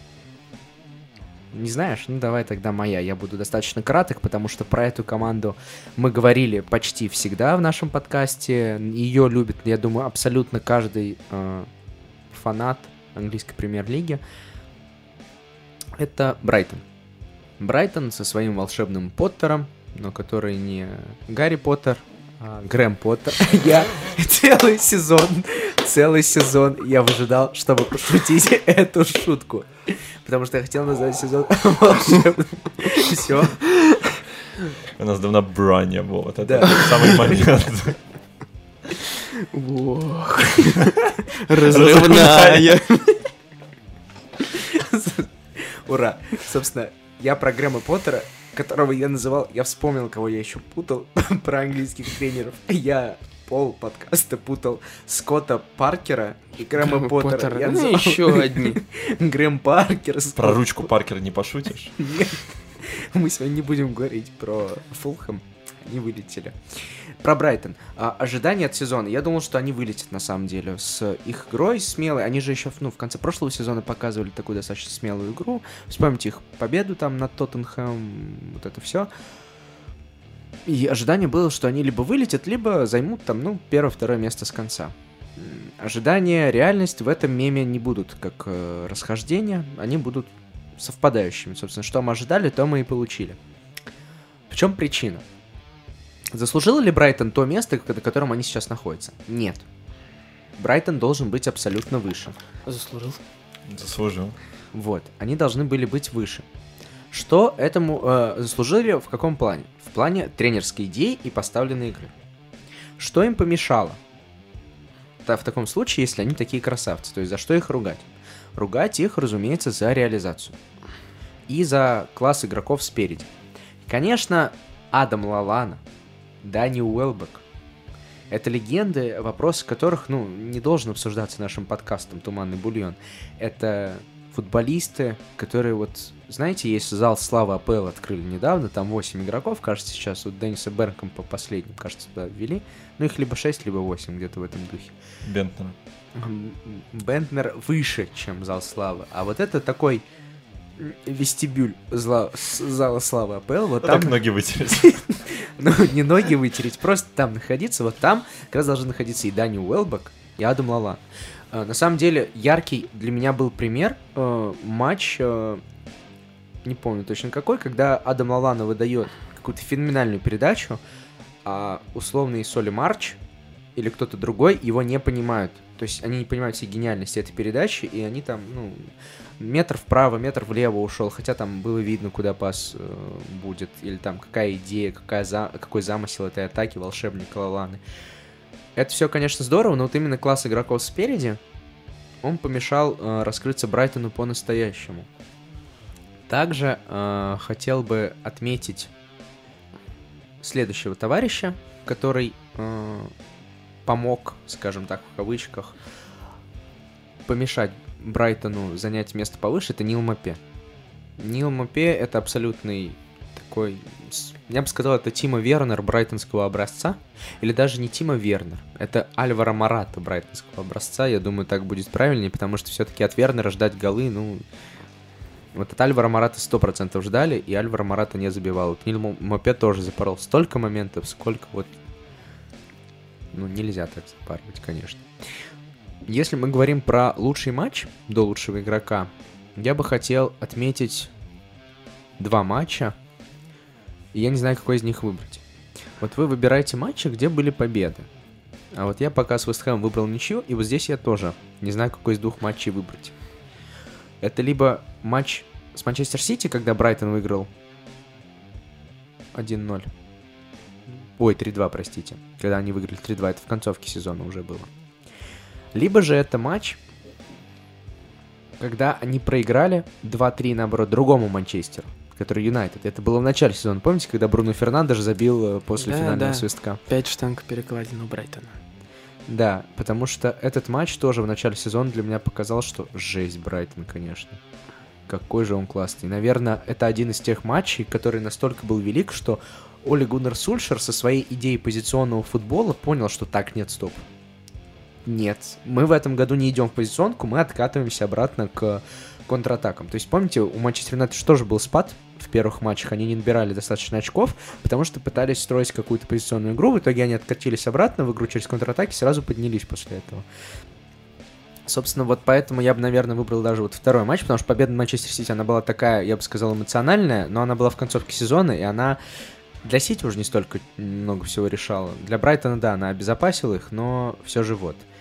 Не знаешь? Ну давай тогда моя. Я буду достаточно краток, потому что про эту команду мы говорили почти всегда в нашем подкасте. Ее любит, я думаю, абсолютно каждый фанат английской премьер-лиги. Это Брайтон. Брайтон со своим волшебным Поттером, но который не Гарри Поттер, а Грэм Поттер. Я целый сезон Целый сезон я выжидал, чтобы пошутить эту шутку. Потому что я хотел назвать сезон волшебным. Все. У нас давно бра не было. Вот это Да. самый момент. Ох. Разрывная. Ура. Собственно, я про Грэма Поттера, которого я называл, я вспомнил, кого я еще путал про английских тренеров. Я пол подкаста путал Скотта Паркера и Грэма Поттера. Я Ну, назвал еще одни. Грэм Паркер. Про ручку Паркера не пошутишь? Нет. Мы сегодня не будем говорить про Фулхэм. Они вылетели. Про Брайтон. Ожидания от сезона. Я думал, что они вылетят, на самом деле, с их игрой смелой. Они же еще в конце прошлого сезона показывали такую достаточно смелую игру. Вспомните их победу там над Тоттенхэм. Вот это все. И ожидание было, что они либо вылетят, либо займут там, первое-второе место с конца. Ожидания, реальность в этом меме не будут как расхождения. Они будут совпадающими. Собственно, что мы ожидали, то мы и получили. В чем причина? Заслужил ли Брайтон то место, на котором они сейчас находятся? Нет. Брайтон должен быть абсолютно выше. Заслужил. Заслужил. Вот. Они должны были быть выше. Что этому заслужили в каком плане? В плане тренерской идеи и поставленной игры. Что им помешало? В таком случае, если они такие красавцы. То есть за что их ругать? Ругать их, разумеется, за реализацию. И за класс игроков спереди. Конечно, Адам Лалана, Дани Уэлбек. Это легенды, вопросы которых, не должен обсуждаться нашим подкастом «Туманный бульон». Это футболисты, которые знаете, есть зал славы АПЛ открыли недавно, там 8 игроков, кажется, сейчас Денниса Бернкампа последним, кажется, туда ввели. Их либо 6, либо 8, где-то в этом духе. Бентнер. Бентнер выше, чем зал славы. А вот это такой вестибюль зала славы АПЛ. Вот там... Так ноги вытереть. Не ноги вытереть, просто там находиться. Вот там как раз должны находиться и Дани Уэлбек, и Адам Лалан. На самом деле, яркий для меня был пример матч, не помню точно какой, когда Адам Лалана выдает какую-то феноменальную передачу, а условный Соли Марч или кто-то другой его не понимают. То есть они не понимают всей гениальности этой передачи, и они там, метр вправо, метр влево ушел, хотя там было видно, куда пас будет, или там какая идея, какой замысел этой атаки волшебника Лаланы. Это все, конечно, здорово, но вот именно класс игроков спереди, он помешал раскрыться Брайтону по-настоящему. Также хотел бы отметить следующего товарища, который помог, скажем так, в кавычках, помешать Брайтону занять место повыше, это Нил Мапе. Нил Мапе — это абсолютный такой... Я бы сказал, это Тимо Вернер брайтонского образца. Или даже не Тимо Вернер. Это Альваро Мората брайтонского образца. Я думаю, так будет правильнее, потому что все-таки от Вернера ждать голы, вот от Альваро Мората 100% ждали, и Альваро Мората не забивал. Вот Нил Мапе тоже запорол столько моментов, сколько нельзя так запарывать, конечно. Если мы говорим про лучший матч до лучшего игрока, я бы хотел отметить 2 матча, и я не знаю, какой из них выбрать. Вот вы выбираете матчи, где были победы. А вот я пока с Вест Хэмом выбрал ничью, и вот здесь я тоже не знаю, какой из 2 матчей выбрать. Это либо матч с Манчестер Сити, когда Брайтон выиграл 1-0. Ой, 3-2, простите. Когда они выиграли 3-2, это в концовке сезона уже было. Либо же это матч, когда они проиграли 2-3, наоборот, другому Манчестеру, который Юнайтед. Это было в начале сезона. Помните, когда Бруно Фернандеш забил после финального свистка? 5 штанг перекладин у Брайтона. Да, потому что этот матч тоже в начале сезона для меня показал, что жесть Брайтон, конечно. Какой же он классный. Наверное, это один из тех матчей, который настолько был велик, что Оле Гуннар Сульшер со своей идеей позиционного футбола понял, что так, нет, стоп. Нет, мы в этом году не идем в позиционку, мы откатываемся обратно к контратакам. То есть, помните, у Манчестер Юнайтед тоже был спад в первых матчах, они не набирали достаточно очков, потому что пытались строить какую-то позиционную игру, в итоге они откатились обратно в игру через контратаки, сразу поднялись после этого. Собственно, вот поэтому я бы, наверное, выбрал даже вот второй матч, потому что победа Манчестер Сити, она была такая, я бы сказал, эмоциональная, но она была в концовке сезона, и она для Сити уже не столько много всего решала. Для Брайтона, да, она обезопасила их, но все же вот.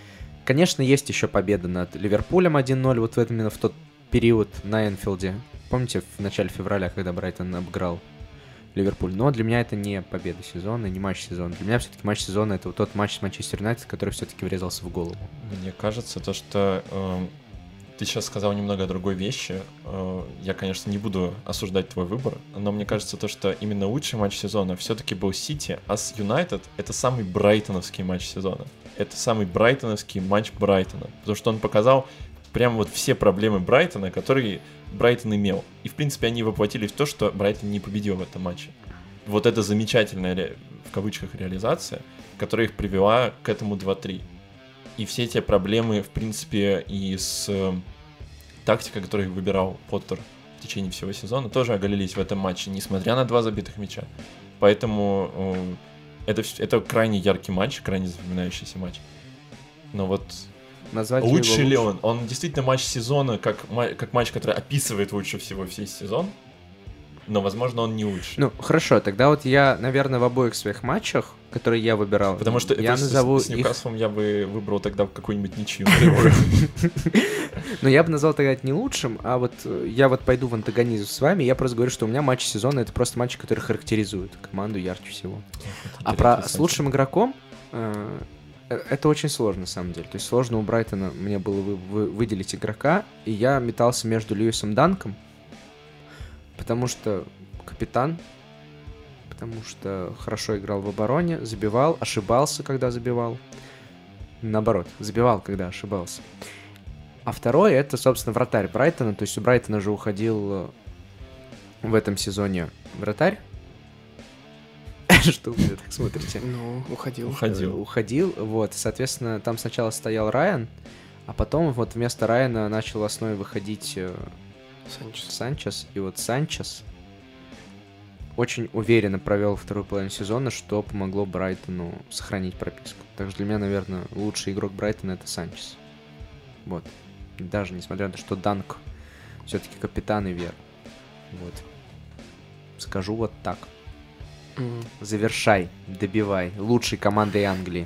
Конечно, есть еще победа над Ливерпулем 1-0, вот именно в тот период на Энфилде. Помните, в начале февраля, когда Брайтон обыграл Ливерпуль? Но для меня это не победа сезона, не матч сезона. Для меня все-таки матч сезона — это вот тот матч с Манчестер Юнайтед, который все-таки врезался в голову. Мне кажется, то, что ты сейчас сказал немного о другой вещи. Я, конечно, не буду осуждать твой выбор, но мне кажется, то, что именно лучший матч сезона все-таки был Сити, а с Юнайтед это самый брайтоновский матч сезона. Это самый брайтоновский матч Брайтона, потому что он показал прям вот все проблемы Брайтона, которые Брайтон имел. И, в принципе, они воплотились в то, что Брайтон не победил в этом матче. Вот это замечательная, в кавычках, реализация, которая их привела к этому 2-3. И все эти проблемы, в принципе, и с тактикой, которую выбирал Поттер в течение всего сезона, тоже оголились в этом матче, несмотря на 2 забитых мяча. Поэтому это крайне яркий матч, крайне запоминающийся матч. Но вот Назвать лучший ли он? Он действительно матч сезона, как матч, который описывает лучше всего весь сезон, но, возможно, он не лучший. Ну, хорошо, тогда вот я, наверное, в обоих своих матчах, которые я выбирал, потому что я назову с Ньюкаслом я бы выбрал тогда какую-нибудь ничью. Но я бы назвал тогда это не лучшим, а вот я вот пойду в антагонизм с вами, я просто говорю, что у меня матч сезона — это просто матчи, которые характеризуют команду ярче всего. А с лучшим игроком это очень сложно, на самом деле. То есть сложно у Брайтона мне было выделить игрока, и я метался между Льюисом Данком, потому что капитан, потому что хорошо играл в обороне, забивал, ошибался, когда забивал. Наоборот, забивал, когда ошибался. А второй — это, собственно, вратарь Брайтона. То есть у Брайтона же уходил в этом сезоне вратарь. Что вы так смотрите? Ну, уходил. Уходил, вот. Соответственно, там сначала стоял Райан, а потом вот вместо Райана начал в основе выходить Санчес. И вот Санчес очень уверенно провел вторую половину сезона, что помогло Брайтону сохранить прописку. Так что для меня, наверное, лучший игрок Брайтона — это Санчес. Вот. Даже несмотря на то, что Данк все-таки капитан и вер. Вот. Скажу вот так. Завершай, добивай. Лучшей командой Англии.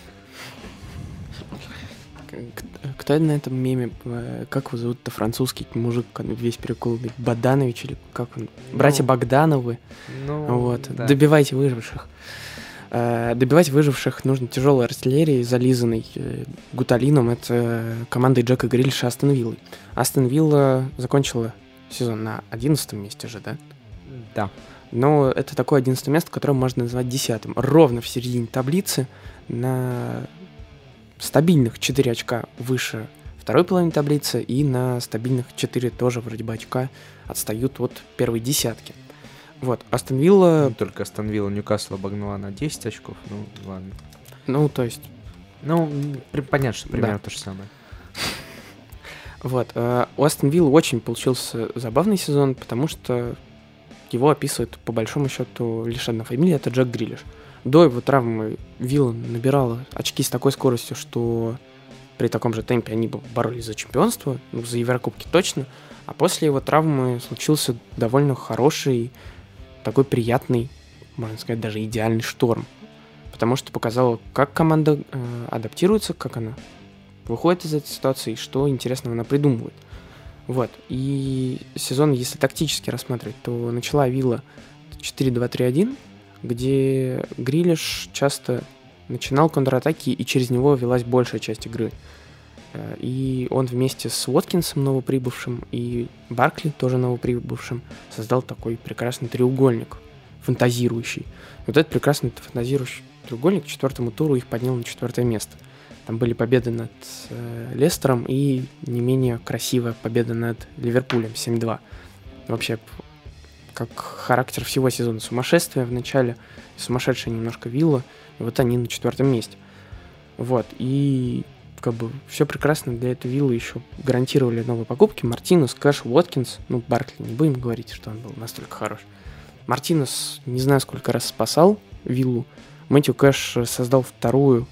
Кто на этом меме, как его зовут-то, французский мужик, весь переколотый, Богданович или как он? Братья Богдановы. Вот. Да. Добивайте выживших. Добивать выживших нужно тяжелой артиллерией, зализанной гуталином. Это командой Джека Грилиша Астон Виллой. Астон Вилла закончила сезон на 11 месте же, да? Да. Но это такое 11 место, которое можно назвать 10-м. Ровно в середине таблицы, на стабильных 4 очка выше второй половины таблицы и на стабильных 4 тоже вроде бы очка отстают от первой десятки. Вот, Астон Вилла... Ну, только Астон Вилла Ньюкасл обогнала на 10 очков, ну ладно. Ну, то есть... Ну, понятно, что примерно то же самое. Вот, у Астон Вилла очень получился забавный сезон, потому что его описывает, по большому счету, лишь одна фамилия, это Джек Грилиш. До его травмы Вилла набирала очки с такой скоростью, что при таком же темпе они боролись за чемпионство, ну, за Еврокубки точно, а после его травмы случился довольно хороший, такой приятный, можно сказать, даже идеальный шторм, потому что показало, как команда адаптируется, как она выходит из этой ситуации, и что интересного она придумывает. Вот, и сезон, если тактически рассматривать, то начала Вилла 4-2-3-1, где Грилиш часто начинал контратаки, и через него велась большая часть игры. И он вместе с Уоткинсом, новоприбывшим, и Баркли, тоже новоприбывшим, создал такой прекрасный треугольник, фантазирующий. И вот этот прекрасный фантазирующий треугольник к 4-му туру их поднял на 4-е место. Там были победы над Лестером и не менее красивая победа над Ливерпулем 7-2. Вообще, как характер всего сезона, сумасшествие в начале, сумасшедшая немножко Вилла, и вот они на 4-м месте. Вот, и как бы все прекрасно для этой Виллы еще гарантировали новые покупки. Мартинес, Кэш, Уоткинс, ну, Баркли, не будем говорить, что он был настолько хорош. Мартинес не знаю сколько раз спасал Виллу. Мэтью Кэш создал вторую,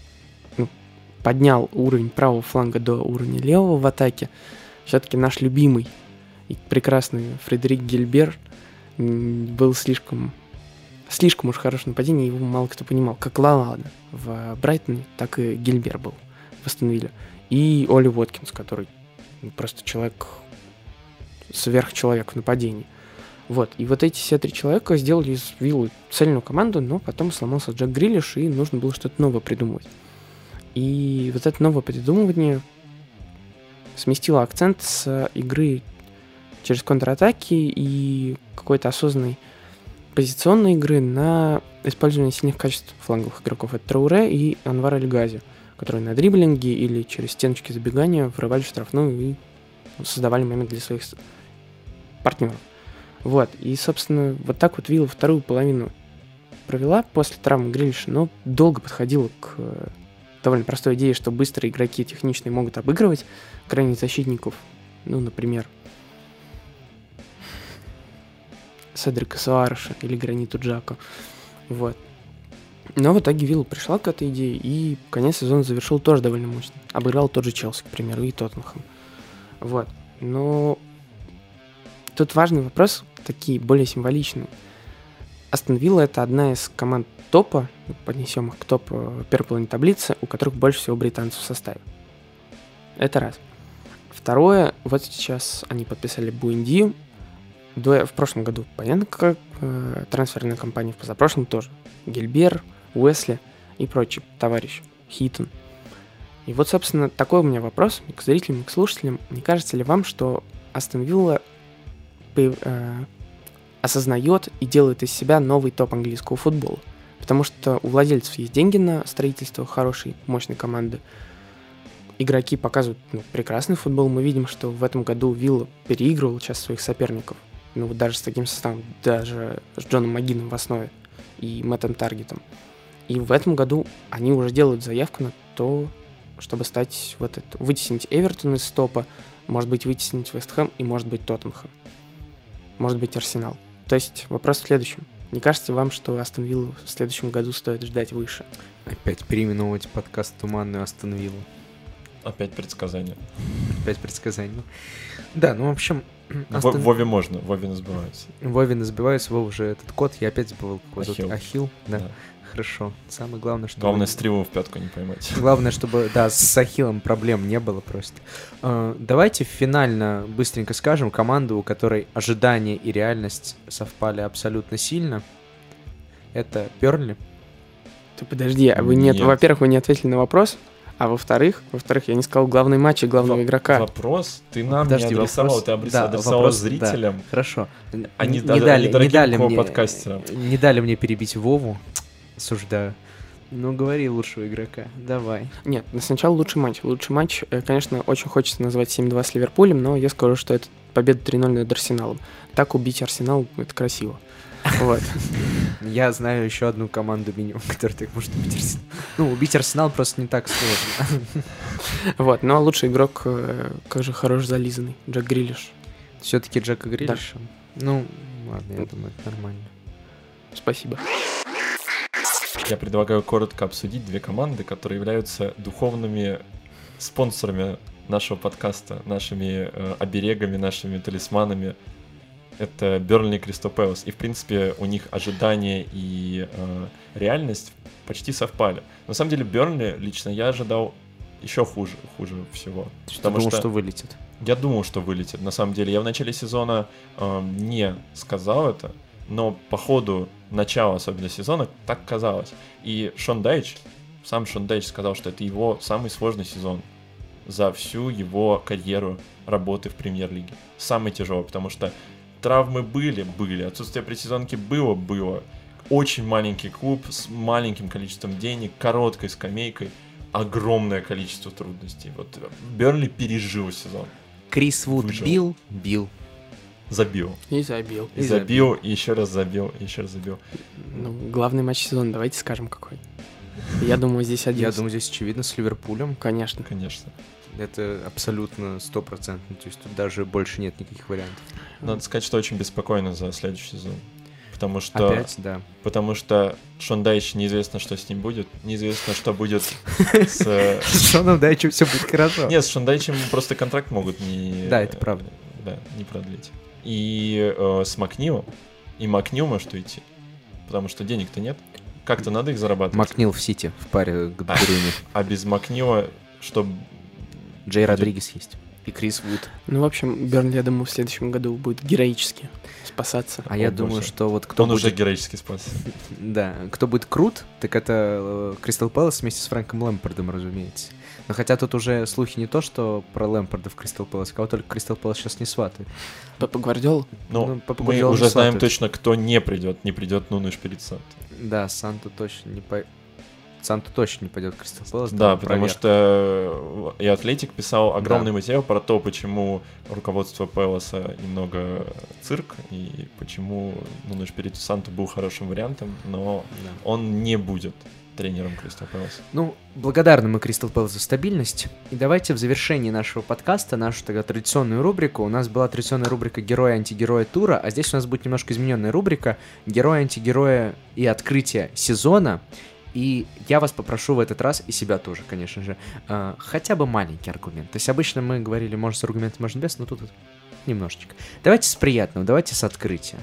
поднял уровень правого фланга до уровня левого в атаке. Все-таки наш любимый и прекрасный Фредерик Гильбер был слишком уж хорош в нападении, его мало кто понимал. Как Лалана в Брайтоне, так и Гильбер был в Астон Вилле. и Оли Уоткинс, который просто сверхчеловек в нападении. Вот. И вот эти все 3 человека сделали из Виллы цельную команду, но потом сломался Джек Грилиш, и нужно было что-то новое придумывать. И вот это новое придумывание сместило акцент с игры через контратаки и какой-то осознанной позиционной игры на использование сильных качеств фланговых игроков. Это Трауре и Анвар Эль-Гази, которые на дриблинге или через стеночки забегания врывали в штрафную и создавали момент для своих партнеров. Вот. И, собственно, вот так вот Вилла вторую половину провела после травмы Грилиша, но долго подходила к довольно простой идее, что быстрые игроки техничные могут обыгрывать крайних защитников. Ну, например, Седрика Суареша или Граниту Джако. Вот. Но в итоге Вилла пришла к этой идее, и конец сезона завершил тоже довольно мощно. Обыграл тот же Челси, к примеру, и Тоттенхэм. Вот. Но тут важный вопрос, такие более символичные. Астон Вилла — это одна из команд топа, поднесем их к топу первой половины таблицы, у которых больше всего британцев в составе. Это раз. Второе, вот сейчас они подписали Буэндию. В прошлом году, понятно, как трансферная кампания, в позапрошлом тоже. Гильбер, Уэсли и прочие товарищи. Хитон. И вот, собственно, такой у меня вопрос к зрителям, к слушателям. Не кажется ли вам, что Астон Вилла осознает и делает из себя новый топ английского футбола? Потому что у владельцев есть деньги на строительство хорошей, мощной команды. Игроки показывают прекрасный футбол. Мы видим, что в этом году Вилла переигрывал часть своих соперников. Ну, вот даже с таким составом, даже с Джоном Магином в основе и Мэттом Таргетом. И в этом году они уже делают заявку на то, чтобы стать вытеснить Эвертон из топа, может быть, вытеснить Вест Хэм и, может быть, Тоттенхэм. Может быть, Арсенал. То есть вопрос в следующем. Не кажется вам, что Астон Виллу в следующем году стоит ждать выше? Опять переименовывать подкаст «Туманную Астон Виллу». Опять предсказания. Опять предсказания. Да, ну, в общем... Вове можно, Вове сбивается. Вове сбивается, Вов уже этот код, я опять забыл, как его зовут. Ахилл? Да. Хорошо. Самое главное, чтобы... Главное, стрелу в пятку не поймать. Главное, чтобы, да, с Ахиллом проблем не было просто. Давайте финально быстренько скажем команду, у которой ожидания и реальность совпали абсолютно сильно. Это Бернли. Ты подожди, а вы нет. Во-первых, вы не ответили на вопрос, а во-вторых, я не сказал главный матч и главного игрока. Вопрос? Ты нам не адресовал, ты адресовал зрителям. Да. Хорошо. Не дали мне перебить Вову. Осуждаю. Ну, говори лучшего игрока. Давай. Нет, сначала лучший матч. Лучший матч, конечно, очень хочется назвать 7-2 с Ливерпулем, но я скажу, что это победа 3-0 над Арсеналом. Так убить Арсенал — это красиво. Вот. Я знаю еще одну команду минимум, которая так может убить Арсенал. Ну, убить Арсенал просто не так сложно. Вот, ну а лучший игрок, как же хорош зализанный, Джек Грилиш. Все-таки Джека Грилиша? Да. Ну, ладно, я думаю, это нормально. Спасибо. Я предлагаю коротко обсудить 2 команды, которые являются духовными спонсорами нашего подкаста, нашими оберегами, нашими талисманами. Это Бернли и Кристал Пэлас. И, в принципе, у них ожидания и реальность почти совпали. На самом деле, Бернли лично я ожидал еще хуже всего. Ты думал, что вылетит? Я думал, что вылетит. На самом деле, я в начале сезона не сказал это, но по ходу начала, особенно сезона, так казалось. И сам Шон Дайч сказал, что это его самый сложный сезон за всю его карьеру работы в премьер-лиге. Самый тяжелый, потому что травмы были, отсутствие предсезонки было. Очень маленький клуб с маленьким количеством денег, короткой скамейкой, огромное количество трудностей. Вот Бернли пережил сезон. Крис Вуд бил. Забил. И забил. И забил, и еще раз забил. Ну, главный матч сезона, давайте скажем, какой. Я думаю, здесь 1. Я думаю, здесь очевидно с Ливерпулем. Конечно. Это абсолютно 100%. То есть тут даже больше нет никаких вариантов. Надо сказать, что очень беспокойно за следующий сезон. Потому что... Опять, да. Потому что Шон Дайч, неизвестно, что с ним будет. Неизвестно, что будет с... С Шоном Дайчем все будет хорошо. Нет, с Шон Дайчем просто контракт могут не... Да, это правда. Да, не продлить. И с Макнилом. И Макнил может уйти. Потому что денег-то нет. Как-то надо их зарабатывать. Макнил в Сити в паре к Бруни. А без Макнила, что Джей Родригес есть. И Крис Вуд. Ну, в общем, Бернли, я думаю, в следующем году будет героически спасаться. А я думаю, что вот кто Он будет... уже героически спас. Да, кто будет крут, так это Кристал Пэлас вместе с Фрэнком Лэмпардом, разумеется. Но хотя тут уже слухи не то, что про Лэмпарда в Кристал Пэлас, кого только Кристал Пэлас сейчас не сватает. Пепа Гвардиолу? Ну, Пепа мы Гвардиолу уже не знаем сватают. точно, кто не придет. Не придет Нуну Эшпирит Санту. Да, Санту точно не Санту точно не пойдет в Кристал Пэлас. Да, потому что и Атлетик писал огромный материал про то, почему руководство Пэласа немного цирк, и почему Нуну Эшпириту Санту был хорошим вариантом, но он не будет тренером Кристал Пэлас. Ну, благодарны мы Кристал Пэлас за стабильность. И давайте в завершении нашего подкаста, нашу тогда традиционную рубрику. У нас была традиционная рубрика «Герои антигероя тура», а здесь у нас будет немножко измененная рубрика «Герои антигероя и открытие сезона». И я вас попрошу в этот раз, и себя тоже, конечно же, хотя бы маленький аргумент. То есть обычно мы говорили, может с аргументом, может без, но тут вот немножечко. Давайте с приятного, давайте с открытия.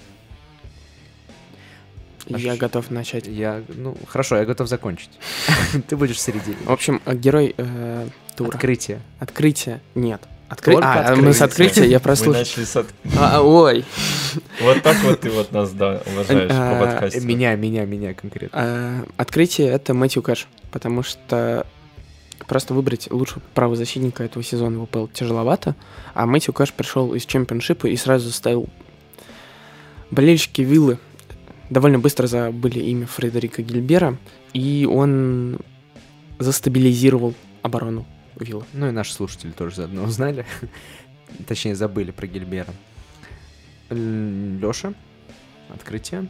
Я готов начать. Хорошо, я готов закончить. Ты будешь в середине. В общем, герой тура. Открытие. Открытие. Нет. Мы с открытия, я прослушал. Мы начали с Ой. Вот так вот ты вот нас, уважаешь по подкасту. Меня конкретно. Открытие — это Мэтью Кэш, потому что просто выбрать лучшего правозащитника этого сезона в АПЛ тяжеловато, а Мэтью Кэш пришел из чемпионшипа и сразу заставил болельщики Виллы довольно быстро забыли имя Фредерика Гильбера, и он застабилизировал оборону Виллы. Ну и наши слушатели тоже заодно узнали. Точнее, забыли про Гильбера. Лёша, открытие.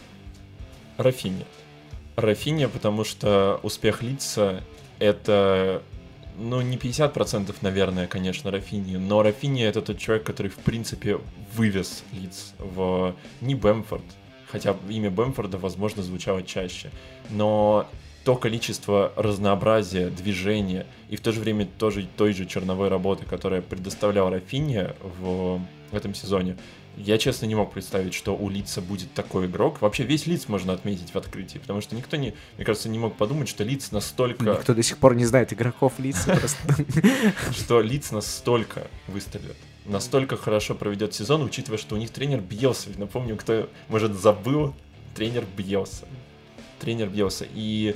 Рафинья, потому что успех Лидса — это, не 50%, наверное, конечно, Рафиньи, но Рафинья — это тот человек, который, в принципе, вывез Лидс в не Бэмфорд, хотя имя Бэмфорда, возможно, звучало чаще, но то количество разнообразия, движения и в то же время тоже той же черновой работы, которая предоставлял Рафинья в этом сезоне, я, честно, не мог представить, что у Лидса будет такой игрок. Вообще весь Лидс можно отметить в открытии, потому что никто, мне кажется, не мог подумать, что Лидс настолько... Никто до сих пор не знает игроков Лидса просто. Что Лидс настолько выстрелит, настолько хорошо проведет сезон, учитывая, что у них тренер Бьелса. Напомню, кто, может, забыл, тренер Бьелса. И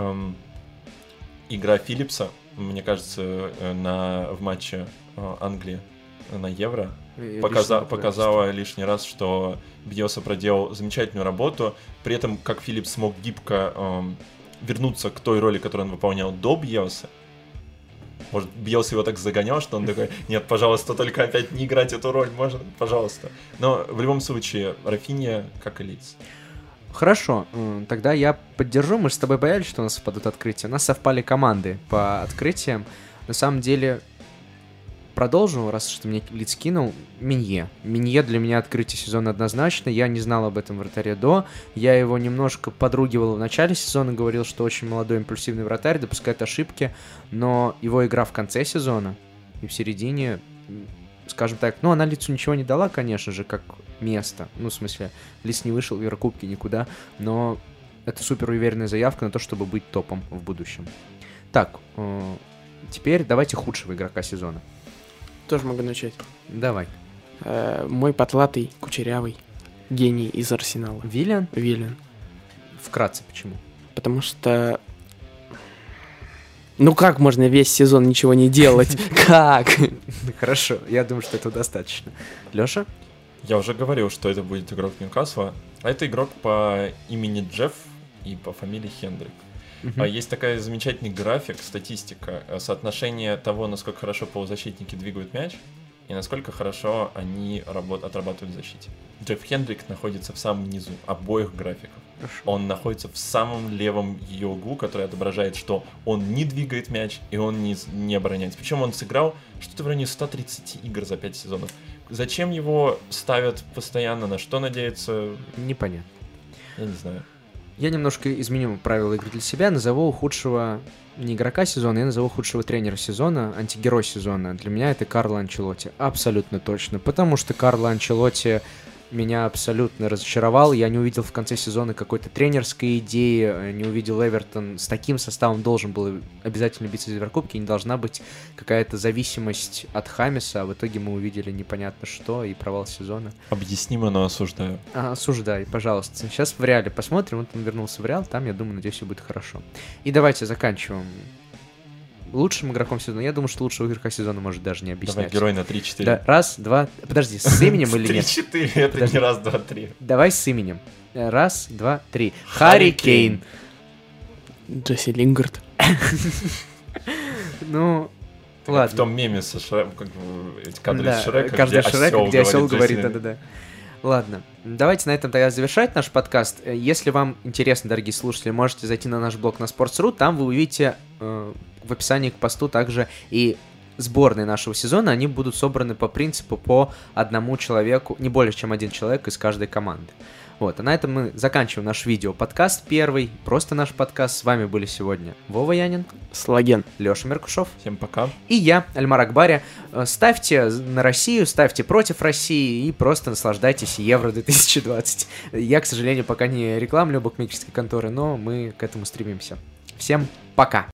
игра Филлипса, мне кажется, в матче Англии на Евро показала лишний раз, что Бьелса проделал замечательную работу, при этом как Филлипс смог гибко вернуться к той роли, которую он выполнял до Бьелса. Может, Бьелса его так загонял, что он такой: нет, пожалуйста, только опять не играть эту роль, можно, пожалуйста. Но в любом случае, Рафинья как и Лидс. Хорошо, тогда я поддержу. Мы же с тобой боялись, что у нас совпадут открытия. У нас совпали команды по открытиям. На самом деле, продолжу, раз что мне Лидс кинул. Минье для меня открытие сезона однозначно. Я не знал об этом вратаре до. Я его немножко подругивал в начале сезона, говорил, что очень молодой импульсивный вратарь, допускает ошибки. Но его игра в конце сезона и в середине, скажем так, она Лидсу ничего не дала, конечно же, как место. В смысле, Лидс не вышел в Еврокубке никуда, но это супер уверенная заявка на то, чтобы быть топом в будущем. Так, теперь давайте худшего игрока сезона. Тоже могу начать. Давай. Мой потлатый, кучерявый гений из Арсенала. Виллиан? Виллиан. Вкратце, почему? Потому что... как можно весь сезон ничего не делать? Как? Хорошо, я думаю, что этого достаточно. Лёша? Я уже говорил, что это будет игрок Ньюкасла, а это игрок по имени Джефф и по фамилии Хендрик. Есть такая замечательный график, статистика, соотношение того, насколько хорошо полузащитники двигают мяч и насколько хорошо они отрабатывают в защите. Джефф Хендрик находится в самом низу обоих графиков. Хорошо. Он находится в самом левом ее углу, который отображает, что он не двигает мяч и он не обороняется. Причем он сыграл что-то в районе 130 игр за 5 сезонов. Зачем его ставят постоянно, на что надеются? Непонятно. Я не знаю. Я немножко изменю правила игры для себя, назову худшего не игрока сезона, я назову худшего тренера сезона, антигерой сезона. Для меня это Карло Анчелотти, абсолютно точно, потому что Карло Анчелотти меня абсолютно разочаровал. Я не увидел в конце сезона какой-то тренерской идеи, не увидел Эвертон с таким составом должен был обязательно биться за Еврокубки, не должна быть какая-то зависимость от Хамиса, а в итоге мы увидели непонятно что и провал сезона. Объяснимо, но осуждаю. Осуждай, пожалуйста. Сейчас в Реале посмотрим, вот он вернулся в Реал, там, я думаю, надеюсь, все будет хорошо. И давайте заканчиваем. Лучшим игроком сезона. Я думаю, что лучшего игрока сезона может даже не объяснять. Давай герой на 3-4. Да, раз, два... Подожди, с именем или нет? 3-4, это Подожди. не раз, два, три. Давай с именем. Раз, два, три. Харри Кейн. Джесси Лингард. Ну, В ладно. том меме со Шреком, эти кадры Да, из Шрека, каждый где Шрек, где осел говорит, Джесси. да-да-да. Ладно, давайте на этом тогда завершать наш подкаст. Если вам интересно, дорогие слушатели, можете зайти на наш блог на Sports.ru, там вы увидите в описании к посту также и сборные нашего сезона, они будут собраны по принципу по одному человеку, не более чем один человек из каждой команды. Вот, а на этом мы заканчиваем наш видео-подкаст первый, просто наш подкаст. С вами были сегодня Вова Янин, Слаген. Леша Меркушев Всем пока. и я, Альмар Акбаря. Ставьте на Россию, ставьте против России и просто наслаждайтесь Евро 2020. Я, к сожалению, пока не рекламлю букмекерской конторы, но мы к этому стремимся. Всем пока!